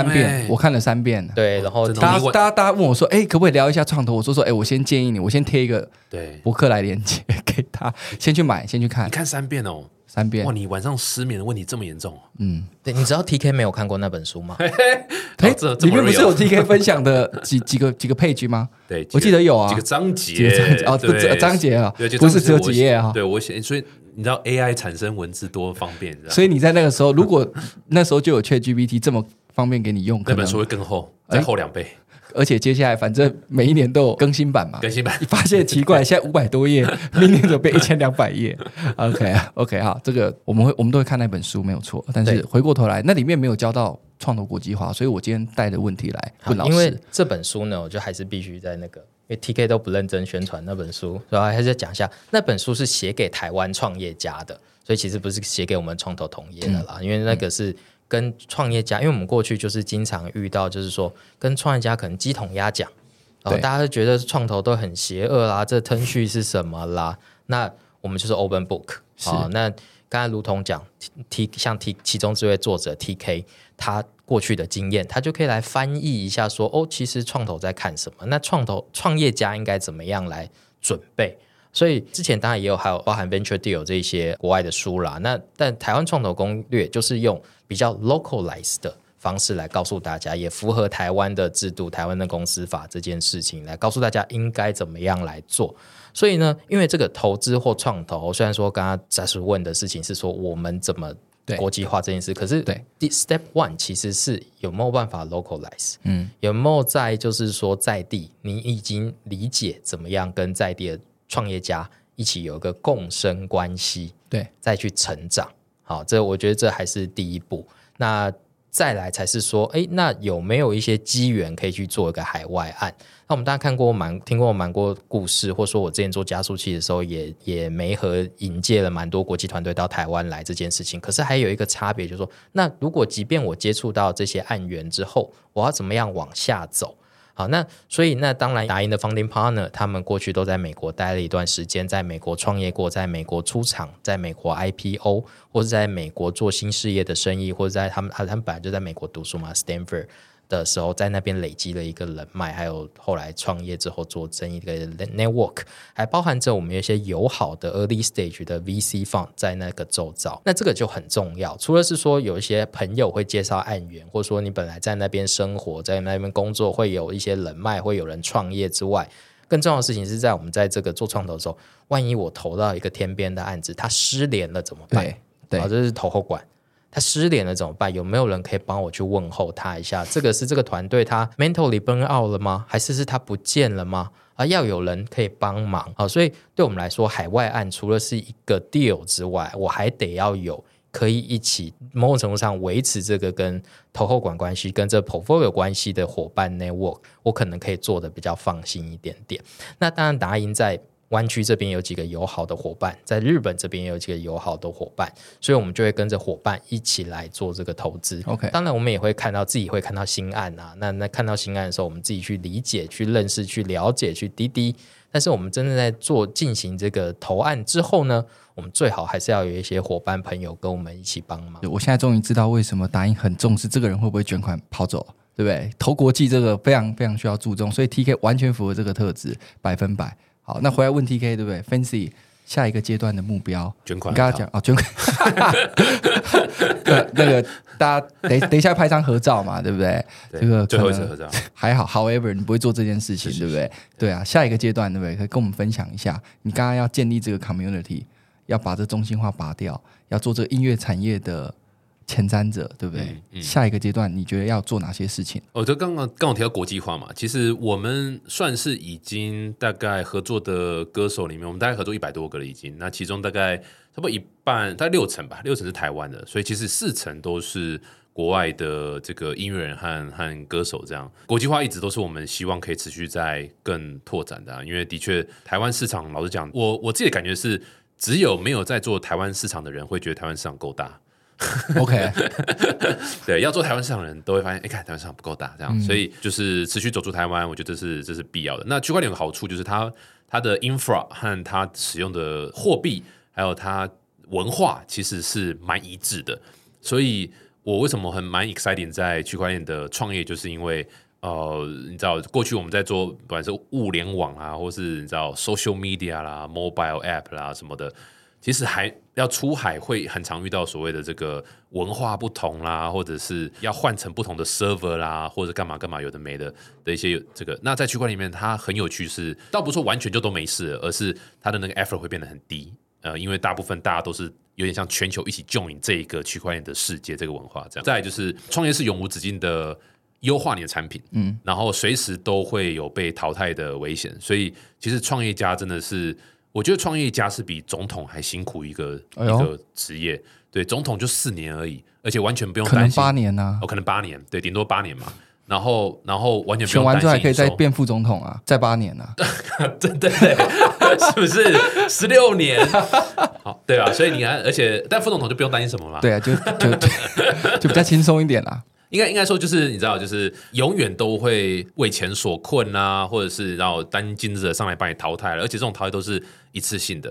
3遍， 对，然后大家问我说，可不可以聊一下创投？我说，我先建议你，我先贴一个博客来连接给他，先去买，先去看。 你看3遍 3遍， 哇！你晚上失眠的问题这么严重对，你知道 TK 没有看过那本书吗？ 里面不是有 TK 分享的几个 page 吗？ 对， 我记得有啊， 几个章节章节啊，不是只有几页啊。 对，所以你知道 AI 产生文字多方便， 所以你在那个时候，如果那时候就有 ChatGPT 这么方便给你用， 那本书会更厚，再厚2倍。 而且接下来反正每一年都有更新版嘛，你发现奇怪，现在500多页，明年就变1200页。OK 好，这个我们都会看那本书没有错，但是回过头来，那里面没有教到创投国际化，所以我今天带的问题来问老师。 因为这本书呢，我就还是必须在那个，因为 TK 都不认真宣传那本书，所以还是要讲一下，那本书是写给台湾创业家的，所以其实不是写给我们创投同业的啦，因为那个是跟创业家，因为我们过去就是经常遇到，就是说跟创业家可能鸡同鸭讲，然后大家都觉得创投都很邪恶啦，这程序是什么啦？那我们就是 open book 那刚才如同讲像其中这位作者 TK 他过去的经验，他就可以来翻译一下说其实创投在看什么，那创业家应该怎么样来准备。所以之前当然还有包含 Venture Deal 这些国外的书啦，但台湾创投攻略就是用比较 localized 的方式来告诉大家，也符合台湾的制度、台湾的公司法这件事情，来告诉大家应该怎么样来做。所以呢，因为这个投资或创投，虽然说刚刚扎叔问的事情是说我们怎么国际化这件事，可是Step 1其实是有没有办法 localize，有没有在就是说在地你已经理解怎么样跟在地的创业家一起有一个共生关系，对，再去成长。好，我觉得这还是第一步。那再来才是说，那有没有一些机缘可以去做一个海外案？那我们大家听过蛮多故事，或者说我之前做加速器的时候也媒合引介了蛮多国际团队到台湾来这件事情。可是还有一个差别，就是说，那如果即便我接触到这些案源之后，我要怎么样往下走？好，所以当然达英的 Founding Partner 他们过去都在美国待了一段时间，在美国创业过，在美国出厂，在美国 IPO， 或者在美国做新事业的生意，或者在他们本来就在美国读书嘛 Stanford 的时候，在那边累积了一个人脉，还有后来创业之后做生意的 network， 还包含着我们有一些友好的 early stage 的 VC fund 在那个周遭。那这个就很重要，除了是说有一些朋友会介绍案源，或者说你本来在那边生活，在那边工作，会有一些人脉，会有人创业之外，更重要的事情是在我们在这个做创投的时候，万一我投到一个天边的案子，它失联了怎么办？对，这是投后管。他失联了怎么办？有没有人可以帮我去问候他一下？这个团队他 mentally burn out 了吗？还是他不见了吗？要有人可以帮忙。所以对我们来说，海外案除了是一个 deal 之外，我还得要有可以一起某种程度上维持这个跟投后管关系、跟这 portfolio 关系的伙伴 network， 我可能可以做得比较放心一点点。那当然达英在湾区这边有几个友好的伙伴，在日本这边也有几个友好的伙伴，所以我们就会跟着伙伴一起来做这个投资。当然我们也会自己会看到新案啊，那看到新案的时候，我们自己去理解、去认识、去了解、去滴滴。但是我们真正在进行这个投案之后呢，我们最好还是要有一些伙伴朋友跟我们一起帮忙。 我现在终于知道为什么达英很重视这个人会不会卷款跑走，对不对？投国际这个非常非常需要注重，所以 TK 完全符合这个特质，100%。好，那回来问 TK 对不对 ？Fancy 下一个阶段的目标， 捐款。 你刚刚讲捐款，那个大家等一下拍张合照嘛，对不对？这个最后一次合照还好 ，However 你不会做这件事情，对不对？对啊，下一个阶段对不对？可以跟我们分享一下，你刚刚要建立这个 community， 要把这中心化拔掉，要做这个音乐产业的前瞻者，对不对？下一个阶段你觉得要做哪些事情？ 就刚提到国际化嘛，其实我们算是已经大概合作的歌手里面，我们大概合作100多个了已经，那其中大概差不多一半，大概6成吧，6成是台湾的，所以其实4成都是国外的这个音乐人和歌手。这样国际化一直都是我们希望可以持续在更拓展的因为的确台湾市场，老实讲，我自己的感觉是，只有没有在做台湾市场的人会觉得台湾市场够大。 OK， 对，要做台湾市场的人都会发现，看台湾市场不够大，这样，所以就是持续走出台湾，我觉得这是必要的。那区块链有个好处就是它的 infra 和它使用的货币，还有它文化其实是蛮一致的，所以我为什么蛮 exciting 在区块链的创业，就是因为你知道过去我们在做不管是物联网啊，或是你知道 social media 啦、mobile app 啦什么的。其实还要出海会很常遇到所谓的这个文化不同啦，或者是要换成不同的 server 啦，或者干嘛有的没的一些这个。那在区块链里面，它很有趣是，倒不是说完全就都没事了，而是它的那个 effort 会变得很低。因为大部分大家都是有点像全球一起 join 这一个区块链的世界这个文化这样。再来就是创业是永无止境的优化你的产品，然后随时都会有被淘汰的危险。所以其实创业家真的是。我觉得创业家是比总统还辛苦一个职业，对，总统就4年而已，而且完全不用担心， 可能8年啊， 可能8年，对，顶多8年嘛，然后完全不用担心， 选完之后还可以再变副总统啊，再8年啊， 对，是不是16年？好，对啊，所以你看，但副总统就不用担心什么嘛， 对啊，就比较轻松一点啦。 应该说就是你知道，就是永远都会为钱所困啊，或者是然后担心经济者上来把你淘汰了，而且这种淘汰都是一次性的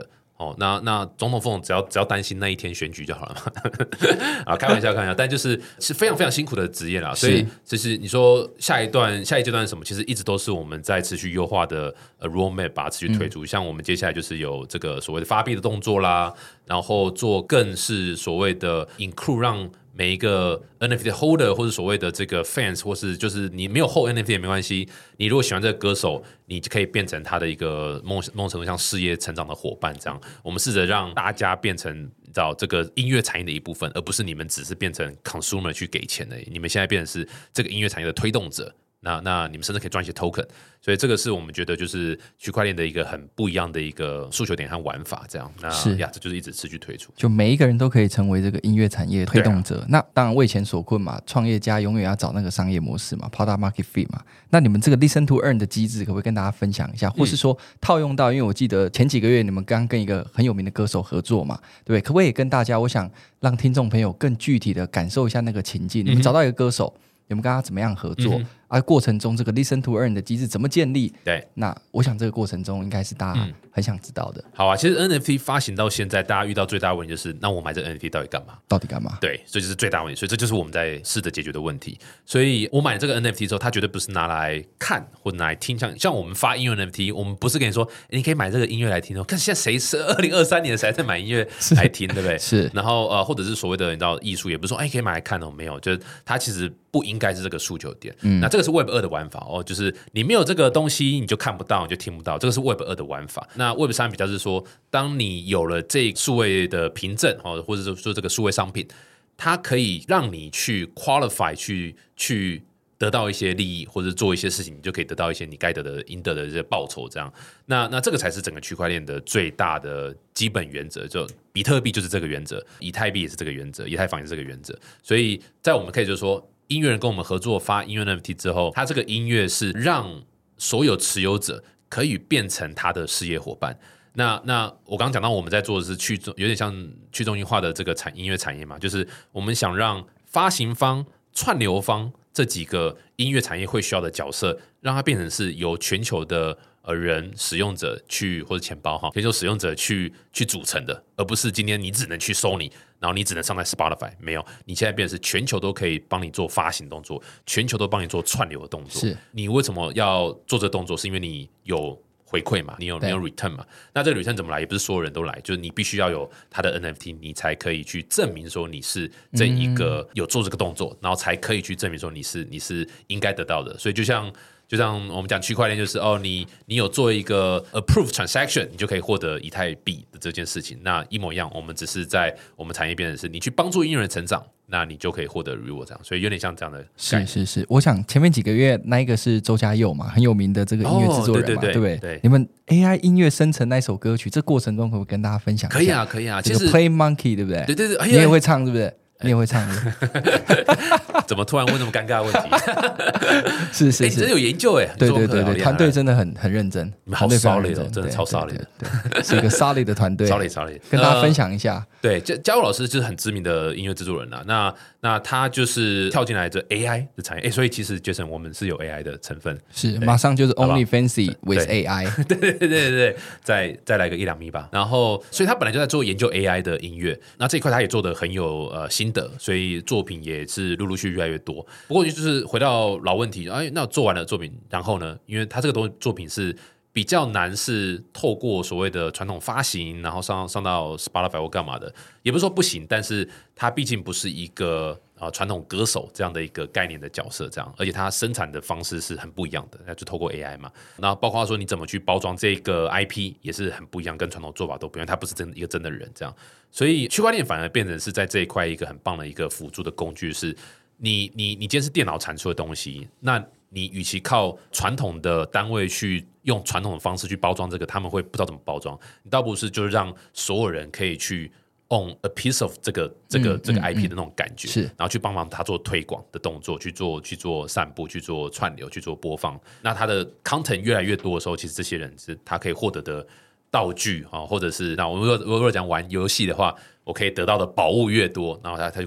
那总统副总只要担心那一天选举就好了嘛。啊，开玩笑，但就是非常非常辛苦的职业啦。所以其实你说下一阶段是什么？其实一直都是我们在持续优化的roadmap 把它持续推出。像我们接下来就是有这个所谓的发币的动作啦，然后做更是所谓的 include 让每一个 NFT holder 或者所谓的这个 fans， 或是就是你没有 hold NFT 也没关系，你如果喜欢这个歌手，你就可以变成他的一个某种程度像事业成长的伙伴这样。我们试着让大家变成你知道这个音乐产业的一部分，而不是你们只是变成 consumer 去给钱而已。你们现在变成是这个音乐产业的推动者。那你们甚至可以赚一些 token， 所以这个是我们觉得就是区块链的一个很不一样的一个诉求点和玩法，这样。那这就是一直持续推出， 就每一个人都可以成为这个音乐产业推动者。那当然为钱所困嘛，创业家永远要找那个商业模式嘛 ，product market fit 嘛。那你们这个 listen to earn 的机制，可不可以跟大家分享一下，或是说套用到？因为我记得前几个月你们刚跟一个很有名的歌手合作嘛，对不对？可不可以跟大家，我想让听众朋友更具体的感受一下那个情境？你们找到一个歌手。你们跟他怎么样合作？过程中这个 listen to earn 的机制怎么建立？ 对， 那我想这个过程中应该是大家很想知道的。 好啊，其实 NFT 发行到现在，大家遇到最大的问题就是，那我买这个 NFT 到底干嘛？对，所以这是最大的问题，所以这就是我们在试着解决的问题。所以我买这个 NFT 之后，它绝对不是拿来看或拿来听，像我们发音乐 NFT， 我们不是跟你说，你可以买这个音乐来听哦。看现在谁是2023年谁在买音乐来听，对不对？ 是。 然后或者是所谓的你知道艺术，也不是说可以买来看哦，没有，就是它其实不应该是这个诉求点。那这个是 Web 2的玩法哦，就是你没有这个东西，你就看不到，你就听不到，这个是 Web 2的玩法。那 Web 3比较是说，当你有了这数位的凭证或者说这个数位商品，它可以让你去 qualify 去得到一些利益，或者做一些事情，你就可以得到一些你该得的应得的这些报酬。这样，那这个才是整个区块链的最大的基本原则。就比特币就是这个原则，以太币也是这个原则，以太坊也是这个原则。所以在我们可以就是说，音乐人跟我们合作发音乐 NFT 之后，他这个音乐是让所有持有者可以变成他的事业伙伴。那我刚刚讲到我们在做的是有点像去中心化的这个音乐产业嘛，就是我们想让发行方、串流方这几个音乐产业会需要的角色，让它变成是由全球的人使用者去或者钱包全球使用者去组成的，而不是今天你只能去Sony，然后你只能上在 Spotify， 没有，你现在变成是全球都可以帮你做发行动作，全球都帮你做串流的动作。 是你为什么要做这个动作？是因为你有回馈嘛，你有 return 嘛？那这个 return 怎么来？也不是所有人都来，就是你必须要有他的 NFT， 你才可以去证明说你是这一个有做这个动作，然后才可以去证明说你是应该得到的。所以就像我们讲区块链，就是你有做一个 approve transaction， 你就可以获得以太币的这件事情。那一模一样，我们只是在我们产业变成是你去帮助音乐人成长，那你就可以获得 reward 这样。所以有点像这样的概念。 是，我想前面几个月那一个是周家佑嘛，很有名的这个音乐制作人嘛，对不对？你们 AI 音乐生成那首歌曲，这过程中可不可以跟大家分享一下？ 可以啊， 这个 Play Monkey 对不对？ 对， 你也会唱对不对？你也会唱怎么突然问那么尴尬的问题？ 是， 你真的有研究哎！ 对，团队真的很认真， 你们好 solid 哦，真的超 solid 的， 对，是一个 solid 的团队 ，solid， 跟大家分享一下。 对，嘉佑老师就是很知名的音乐制作人啦。那他就是跳进来这 AI 的产业，所以其实 Jason 我们是有 AI 的成分， 是马上就是 Only Fancy with AI， 对，再来个1-2米吧。然后，所以他本来就在做研究 AI 的音乐，那这一块他也做得很有心得，所以作品也是陆续越来越多。不过就是回到老问题，那做完了作品，然后呢？因为他这个作品是比较难，是透过所谓的传统发行，然后上到 Spotify 或干嘛的，也不是说不行，但是它毕竟不是一个传统歌手这样的一个概念的角色，这样，而且它生产的方式是很不一样的，那就透过 AI 嘛。那包括说你怎么去包装这个 IP 也是很不一样，跟传统做法都不一样，它不是一个真的人这样。所以区块链反而变成是在这一块一个很棒的一个辅助的工具，是你今天是电脑产出的东西，那你与其靠传统的单位去用传统的方式去包装这个，他们会不知道怎么包装。你倒不是就是让所有人可以去 own a piece of 这个 IP 的那种感觉， 是， 然后去帮忙他做推广的动作，去做散布，去做串流，去做播放。那他的 content 越来越多的时候，其实这些人是他可以获得的道具或者是那我如果讲玩游戏的话，我可以得到的宝物越多，然后他就可以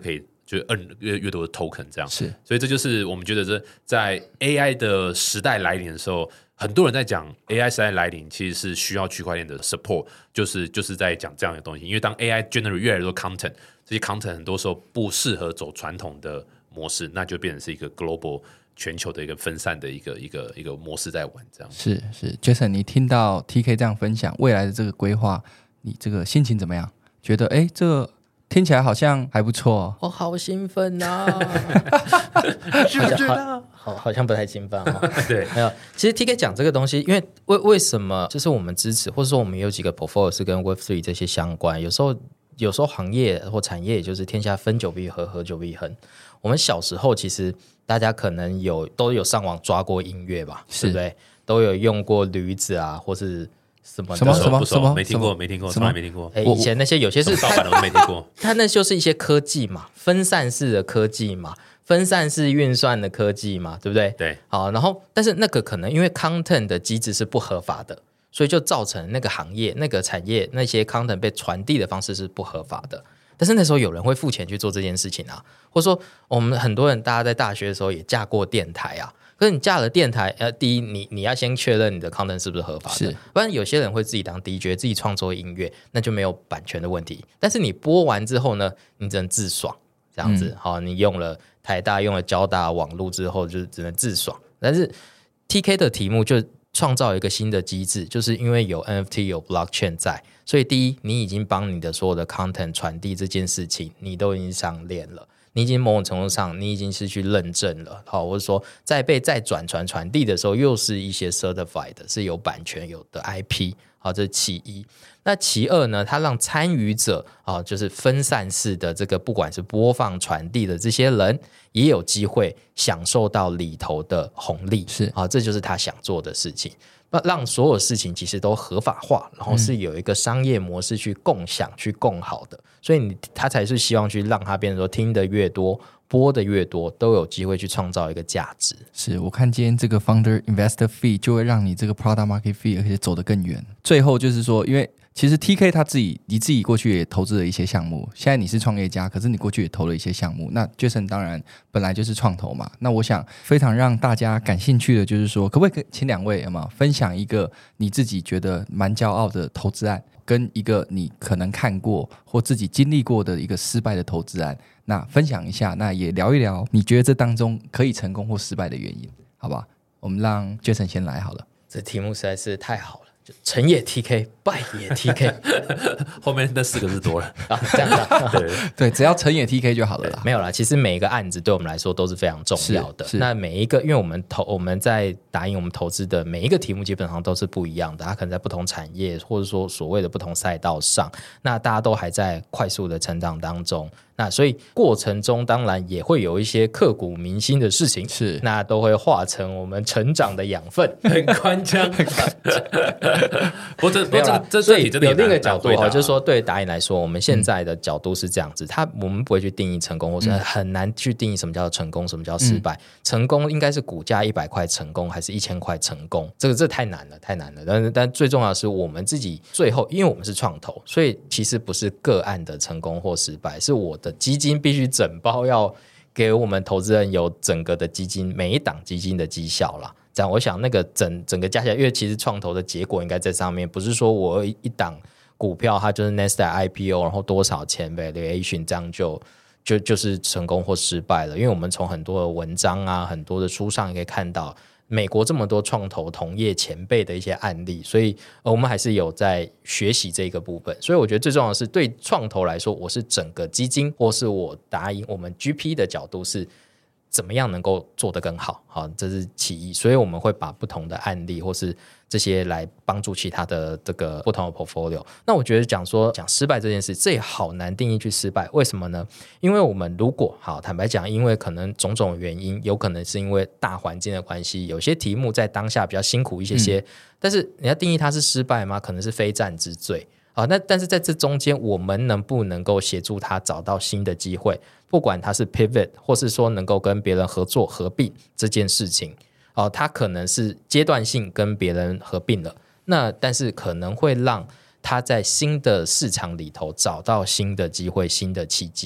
就earn 越多的 token 这样。 是， 所以这就是我们觉得这在 AI 的时代来临的时候，很多人在讲 AI 时代来临，其实是需要区块链的 support， 就是在讲这样的东西。因为当 AI generate 越来越多 content， 这些 content 很多时候不适合走传统的模式，那就变成是一个 global 全球的一个分散的一个模式在玩这样。 是 Jason， 你听到 TK 这样分享未来的这个规划，你这个心情怎么样？觉得这个听起来好像还不错我好兴奋啊！ 是不是觉得好像不太兴奋哦。 对， 没有。其实 TK 讲这个东西，因为为什么就是我们支持，或者说我们有几个 portfolio 是跟 Web3 这些相关，有时候行业或产业就是天下分久必合，合久必分。我们小时候其实大家可能都有上网抓过音乐吧，对不对？都有用过驴子啊，或是什么没听过，从来没听过。 以前那些有些是盗版的我都没听过， 它那就是一些科技嘛，分散式的科技嘛，分散式运算的科技嘛，对不对？ 对。 好，然后但是那个可能因为 content 的机制是不合法的，所以就造成那个行业、那个产业那些 content 被传递的方式是不合法的。但是那时候有人会付钱去做这件事情啊，或者说我们很多人大家在大学的时候也架过电台啊。可是你架了电台，第一你要先确认你的 content 是不是合法的， 是， 不然有些人会自己当 DJ 自己创作音乐，那就没有版权的问题。但是你播完之后呢，你只能自爽这样子。好，你用了台大用了交大网路之后，就只能自爽。但是 TK 的题目就创造一个新的机制，就是因为有 NFT 有 blockchain 在，所以第一，你已经帮你的所有的 content 传递这件事情，你都已经上链了。你已经某种程度上，你已经是去认证了，好，或者说再转传递的时候，又是一些 certified 是有版权有的 IP， 好，这是其一。那其二呢，它让参与者就是分散式的这个不管是播放传递的这些人，也有机会享受到里头的红利， 是啊，这就是他想做的事情。让所有事情其实都合法化，然后是有一个商业模式去共享、去共好的，所以他才是希望去让它变成说听得越多、播的越多，都有机会去创造一个价值。 是我看今天这个 Founder Investor Fee 就会让你这个 Product Market Fee 而且走得更远。最后就是说，因为其实 TK 你自己过去也投资了一些项目，现在你是创业家，可是你过去也投了一些项目。那 Jason 当然本来就是创投嘛，那我想非常让大家感兴趣的就是说，可不可以请两位有没有分享一个你自己觉得蛮骄傲的投资案，跟一个你可能看过或自己经历过的一个失败的投资案，那分享一下，那也聊一聊你觉得这当中可以成功或失败的原因，好吧？我们让 Jason 先来好了。 这题目实在是太好了。成也 TK， 败也 TK， 后面那4个字多了啊，这样子对，只要成也 TK 就好了啦。 没有啦，其实每一个案子对我们来说都是非常重要的。那每一个，因为我们在打印我们投资的每一个题目基本上都是不一样的，它可能在不同产业或者说所谓的不同赛道上，那大家都还在快速的成长当中。那所以过程中当然也会有一些刻骨铭心的事情， 是那都会化成我们成长的养分。 很宽腔，不过这所以真的有另一个角度哈， 就是说对达人来说，我们现在的角度是这样子，我们不会去定义成功，或者很难去定义什么叫成功，什么叫失败。成功应该是股价100块成功，还是1000块成功？这太难了，太难了。但最重要的是我们自己最后，因为我们是创投，所以其实不是个案的成功或失败，是我的基金必须整包要给我们投资人有整个的基金，每一档基金的绩效啦。这样我想那个整个加起来，因为其实创投的结果应该在上面，不是说我一档股票它就是 Nasdaq IPO 然后多少钱 valuation 这样就是成功或失败了。因为我们从很多的文章啊很多的书上也可以看到美国这么多创投同业前辈的一些案例，所以我们还是有在学习这个部分。所以我觉得最重要的是对创投来说，我是整个基金或是我打赢我们 GP 的角度是怎么样能够做得更好，好，这是其一。所以我们会把不同的案例或是这些来帮助其他的这个不同的 portfolio。那我觉得讲失败这件事，这也好难定义去失败。为什么呢？因为我们如果好坦白讲，因为可能种种原因，有可能是因为大环境的关系，有些题目在当下比较辛苦一些，但是你要定义它是失败吗？可能是非战之罪。但是在这中间，我们能不能够协助他找到新的机会，不管他是 pivot 或是说能够跟别人合作合并这件事情，他可能是阶段性跟别人合并了，那但是可能会让他在新的市场里头找到新的机会、新的契机。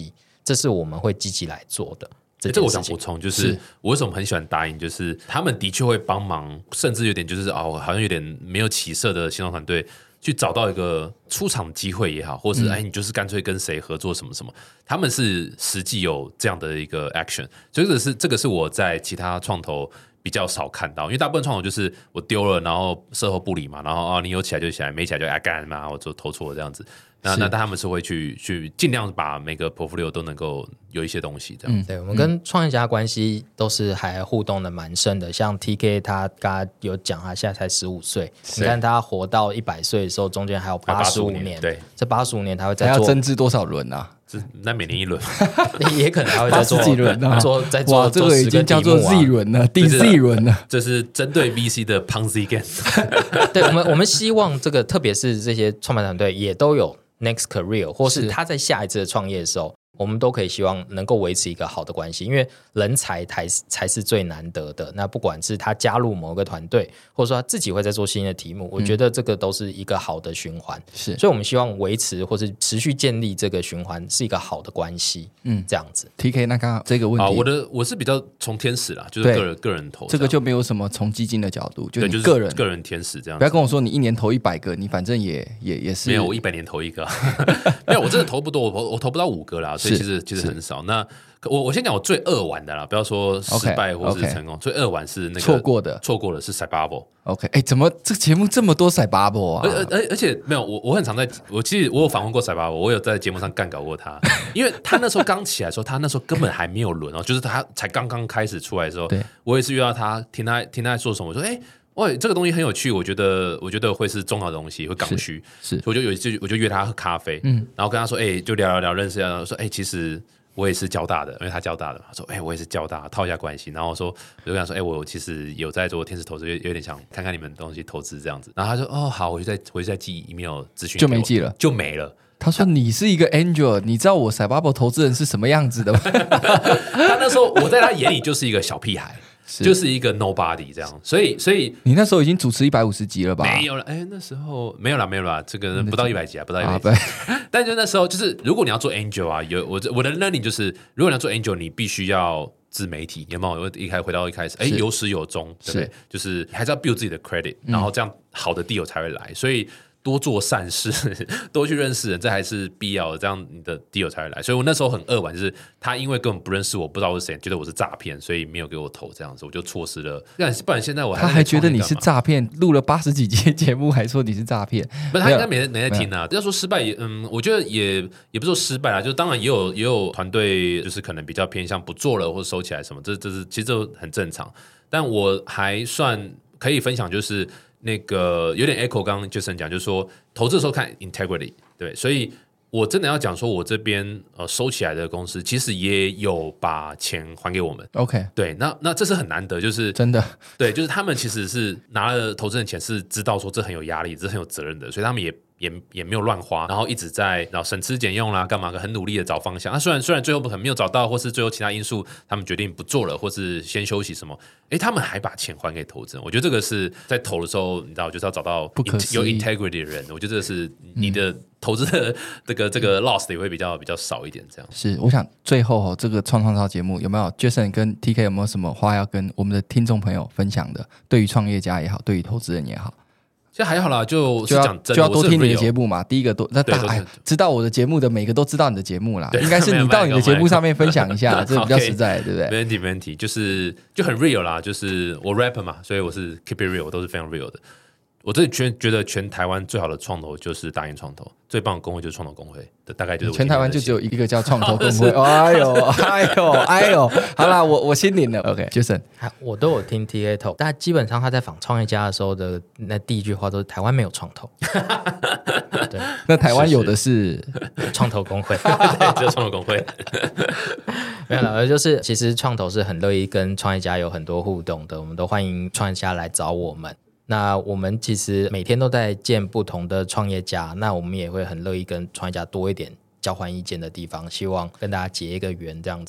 这是我们会积极来做的。 这我想补充，就是我为什么很喜欢达英，就是他们的确会帮忙，甚至有点就是好像有点没有起色的新创团队去找到一个出场机会也好，或是你就是干脆跟谁合作什么什么，他们是实际有这样的一个 action， 所以这个是我在其他创投比较少看到，因为大部分创投就是我丢了，然后事后不理嘛，然后你有起来就起来，没起来就干嘛，我就投错了这样子。那他们是会去尽量把每个 portfolio 都能够有一些东西这样。 对，我们跟创业家关系都是还互动的蛮深的。像 TK 他刚刚有讲，他现在才15岁，你看他活到100岁的时候，中间还有85年， 对， 这85年他会在做， 还要增资多少轮啊？ 那每年一轮， 也可能还会再做几轮啊？ 再做这个已经叫做 Z 轮了，第 Z 轮了。 这是针对 VC 的 Ponzi game。 对，我们希望这个，特别是这些创办团队也都有 next career， 或是他在下一次的创业的时候，我们都可以希望能够维持一个好的关系，因为人才才是最难得的。那不管是他加入某个团队，或者说他自己会在做新的题目，我觉得这个都是一个好的循环。 是， 所以我们希望维持或是持续建立这个循环是一个好的关系。这样子。 TK， 那刚刚这个问题， 我是比较从天使啦，就是个人投， 这个就没有什么从基金的角度， 就是你个人天使这样子。 不要跟我说你一年投100个，你反正也是没有，我100年投一个，没有，我真的投不多，我投不到5个啦，所以其实很少。那我先讲我最扼腕的啦，不要说失败或是成功，最扼腕是那个错过的是 Cybubble。 OK， 怎么这个节目这么多 Cybubble 啊？ 而且没有，我很常其实我有访问过 Cybubble， 我有在节目上干搞过他，因为他那时候刚起来的时候，他那时候根本还没有轮哦，就是他才刚刚开始出来的时候，我也是遇到他，听他在说什么，我说喂，这个东西很有趣，我觉得会是重要的东西，会刚需，所以我就约他喝咖啡，然后跟他说，就聊认识一下，然后说，其实我也是交大的，因为他交大的嘛，他说，我也是交大，套一下关系，然后我就跟他说，我其实有在做天使投资，有点想看看你们的东西投资这样子，然后他说，好，我就再寄 email 咨询， 就没寄了， 就没了。 他说：“你是一个 angel， 你知道我 Cybubble 投资人是什么样子的吗？” 他那时候我在他眼里就是一个小屁孩，就是一个 nobody 这样，所以你那时候已经主持150集了吧？ 没有了，那时候没有啦，这个不到100集啊，不到100集。但就那时候，就是如果你要做 angel 啊，我的 learning 就是，如果你要做 angel， 你必须要自媒体，有没有？回到一开始，有始有终，对不对？就是还是要 build 自己的 credit，然后这样好的 deal 才会来，所以。多做善事，多去认识人，这还是必要的，这样你的 deal 才会来。所以我那时候很扼腕，就是他因为根本不认识我，不知道我是谁，觉得我是诈骗，所以没有给我投这样子，我就错失了。不然现在他还觉得你是诈骗，录了80几集节目还说你是诈骗， 不是他应该没在听啊。要说失败我觉得也不是说失败啦，就当然也有团队就是可能比较偏向不做了或者收起来什么，这是其实这很正常。但我还算可以分享，就是那个有点 echo 刚刚 Jason 讲，就是说投资的时候看 integrity， 对，所以我真的要讲说，我这边收起来的公司，其实也有把钱还给我们。 OK， 对，那这是很难得，就是真的， 对，就是他们其实是拿了投资人的钱，是知道说这很有压力，这很有责任的，所以他们也没有乱花，然后一直在省吃俭用啦，干嘛很努力的找方向。虽然最后可能没有找到，或是最后其他因素他们决定不做了，或是先休息什么，他们还把钱还给投资人。我觉得这个是在投的时候，你知道，就是要找到有 integrity 的人。我觉得这是你的投资的这个 loss 也会比较少一点。这样是，我想最后这个创造节目有没有 Jason 跟 TK 有没有什么话要跟我们的听众朋友分享的？对于创业家也好，对于投资人也好。 就还好啦，就要多听你的节目嘛。第一个知道我的节目的每个都知道你的节目啦，应该是你到你的节目上面分享一下，这比较实在，对不对？ 没问题，就很 real 啦，就是我 rapper 嘛，所以我是 keep it real， 我都是非常 real 的。我这里觉得全台湾最好的创投就是大英创投，最棒的工会就是创投工会，大概就是全台湾就只有一个叫创投工会。哎呦，好啦，我心领了。OK， Jason， 我都有听 TA Talk， 但基本上他在访创业家的时候的那第一句话都是台湾没有创投。 对，那台湾有的是创投工会， 对，只有创投工会。 没有啦，就是其实创投是很乐意跟创业家有很多互动的，我们都欢迎创业家来找我们。那我们其实每天都在见不同的创业家，那我们也会很乐意跟创业家多一点交换意见的地方，希望跟大家结一个缘这样子。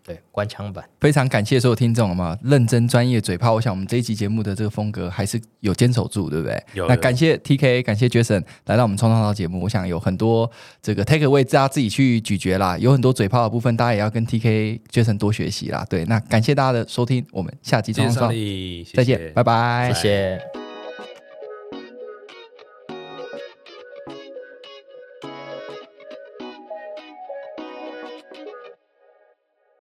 对，官腔版。 非常感谢所有听众，好吗？认真专业嘴炮，我想我们这一集节目的这个风格还是有坚守住，对不对？ 有。 那感谢 TK， 感谢 Jason 来到我们冲创造节目，我想有很多这个 take away 大家自己去咀嚼啦，有很多嘴炮的部分，大家也要跟 TK Jason 多学习啦。对，那感谢大家的收听，我们下集冲创造再见，拜拜， 谢谢。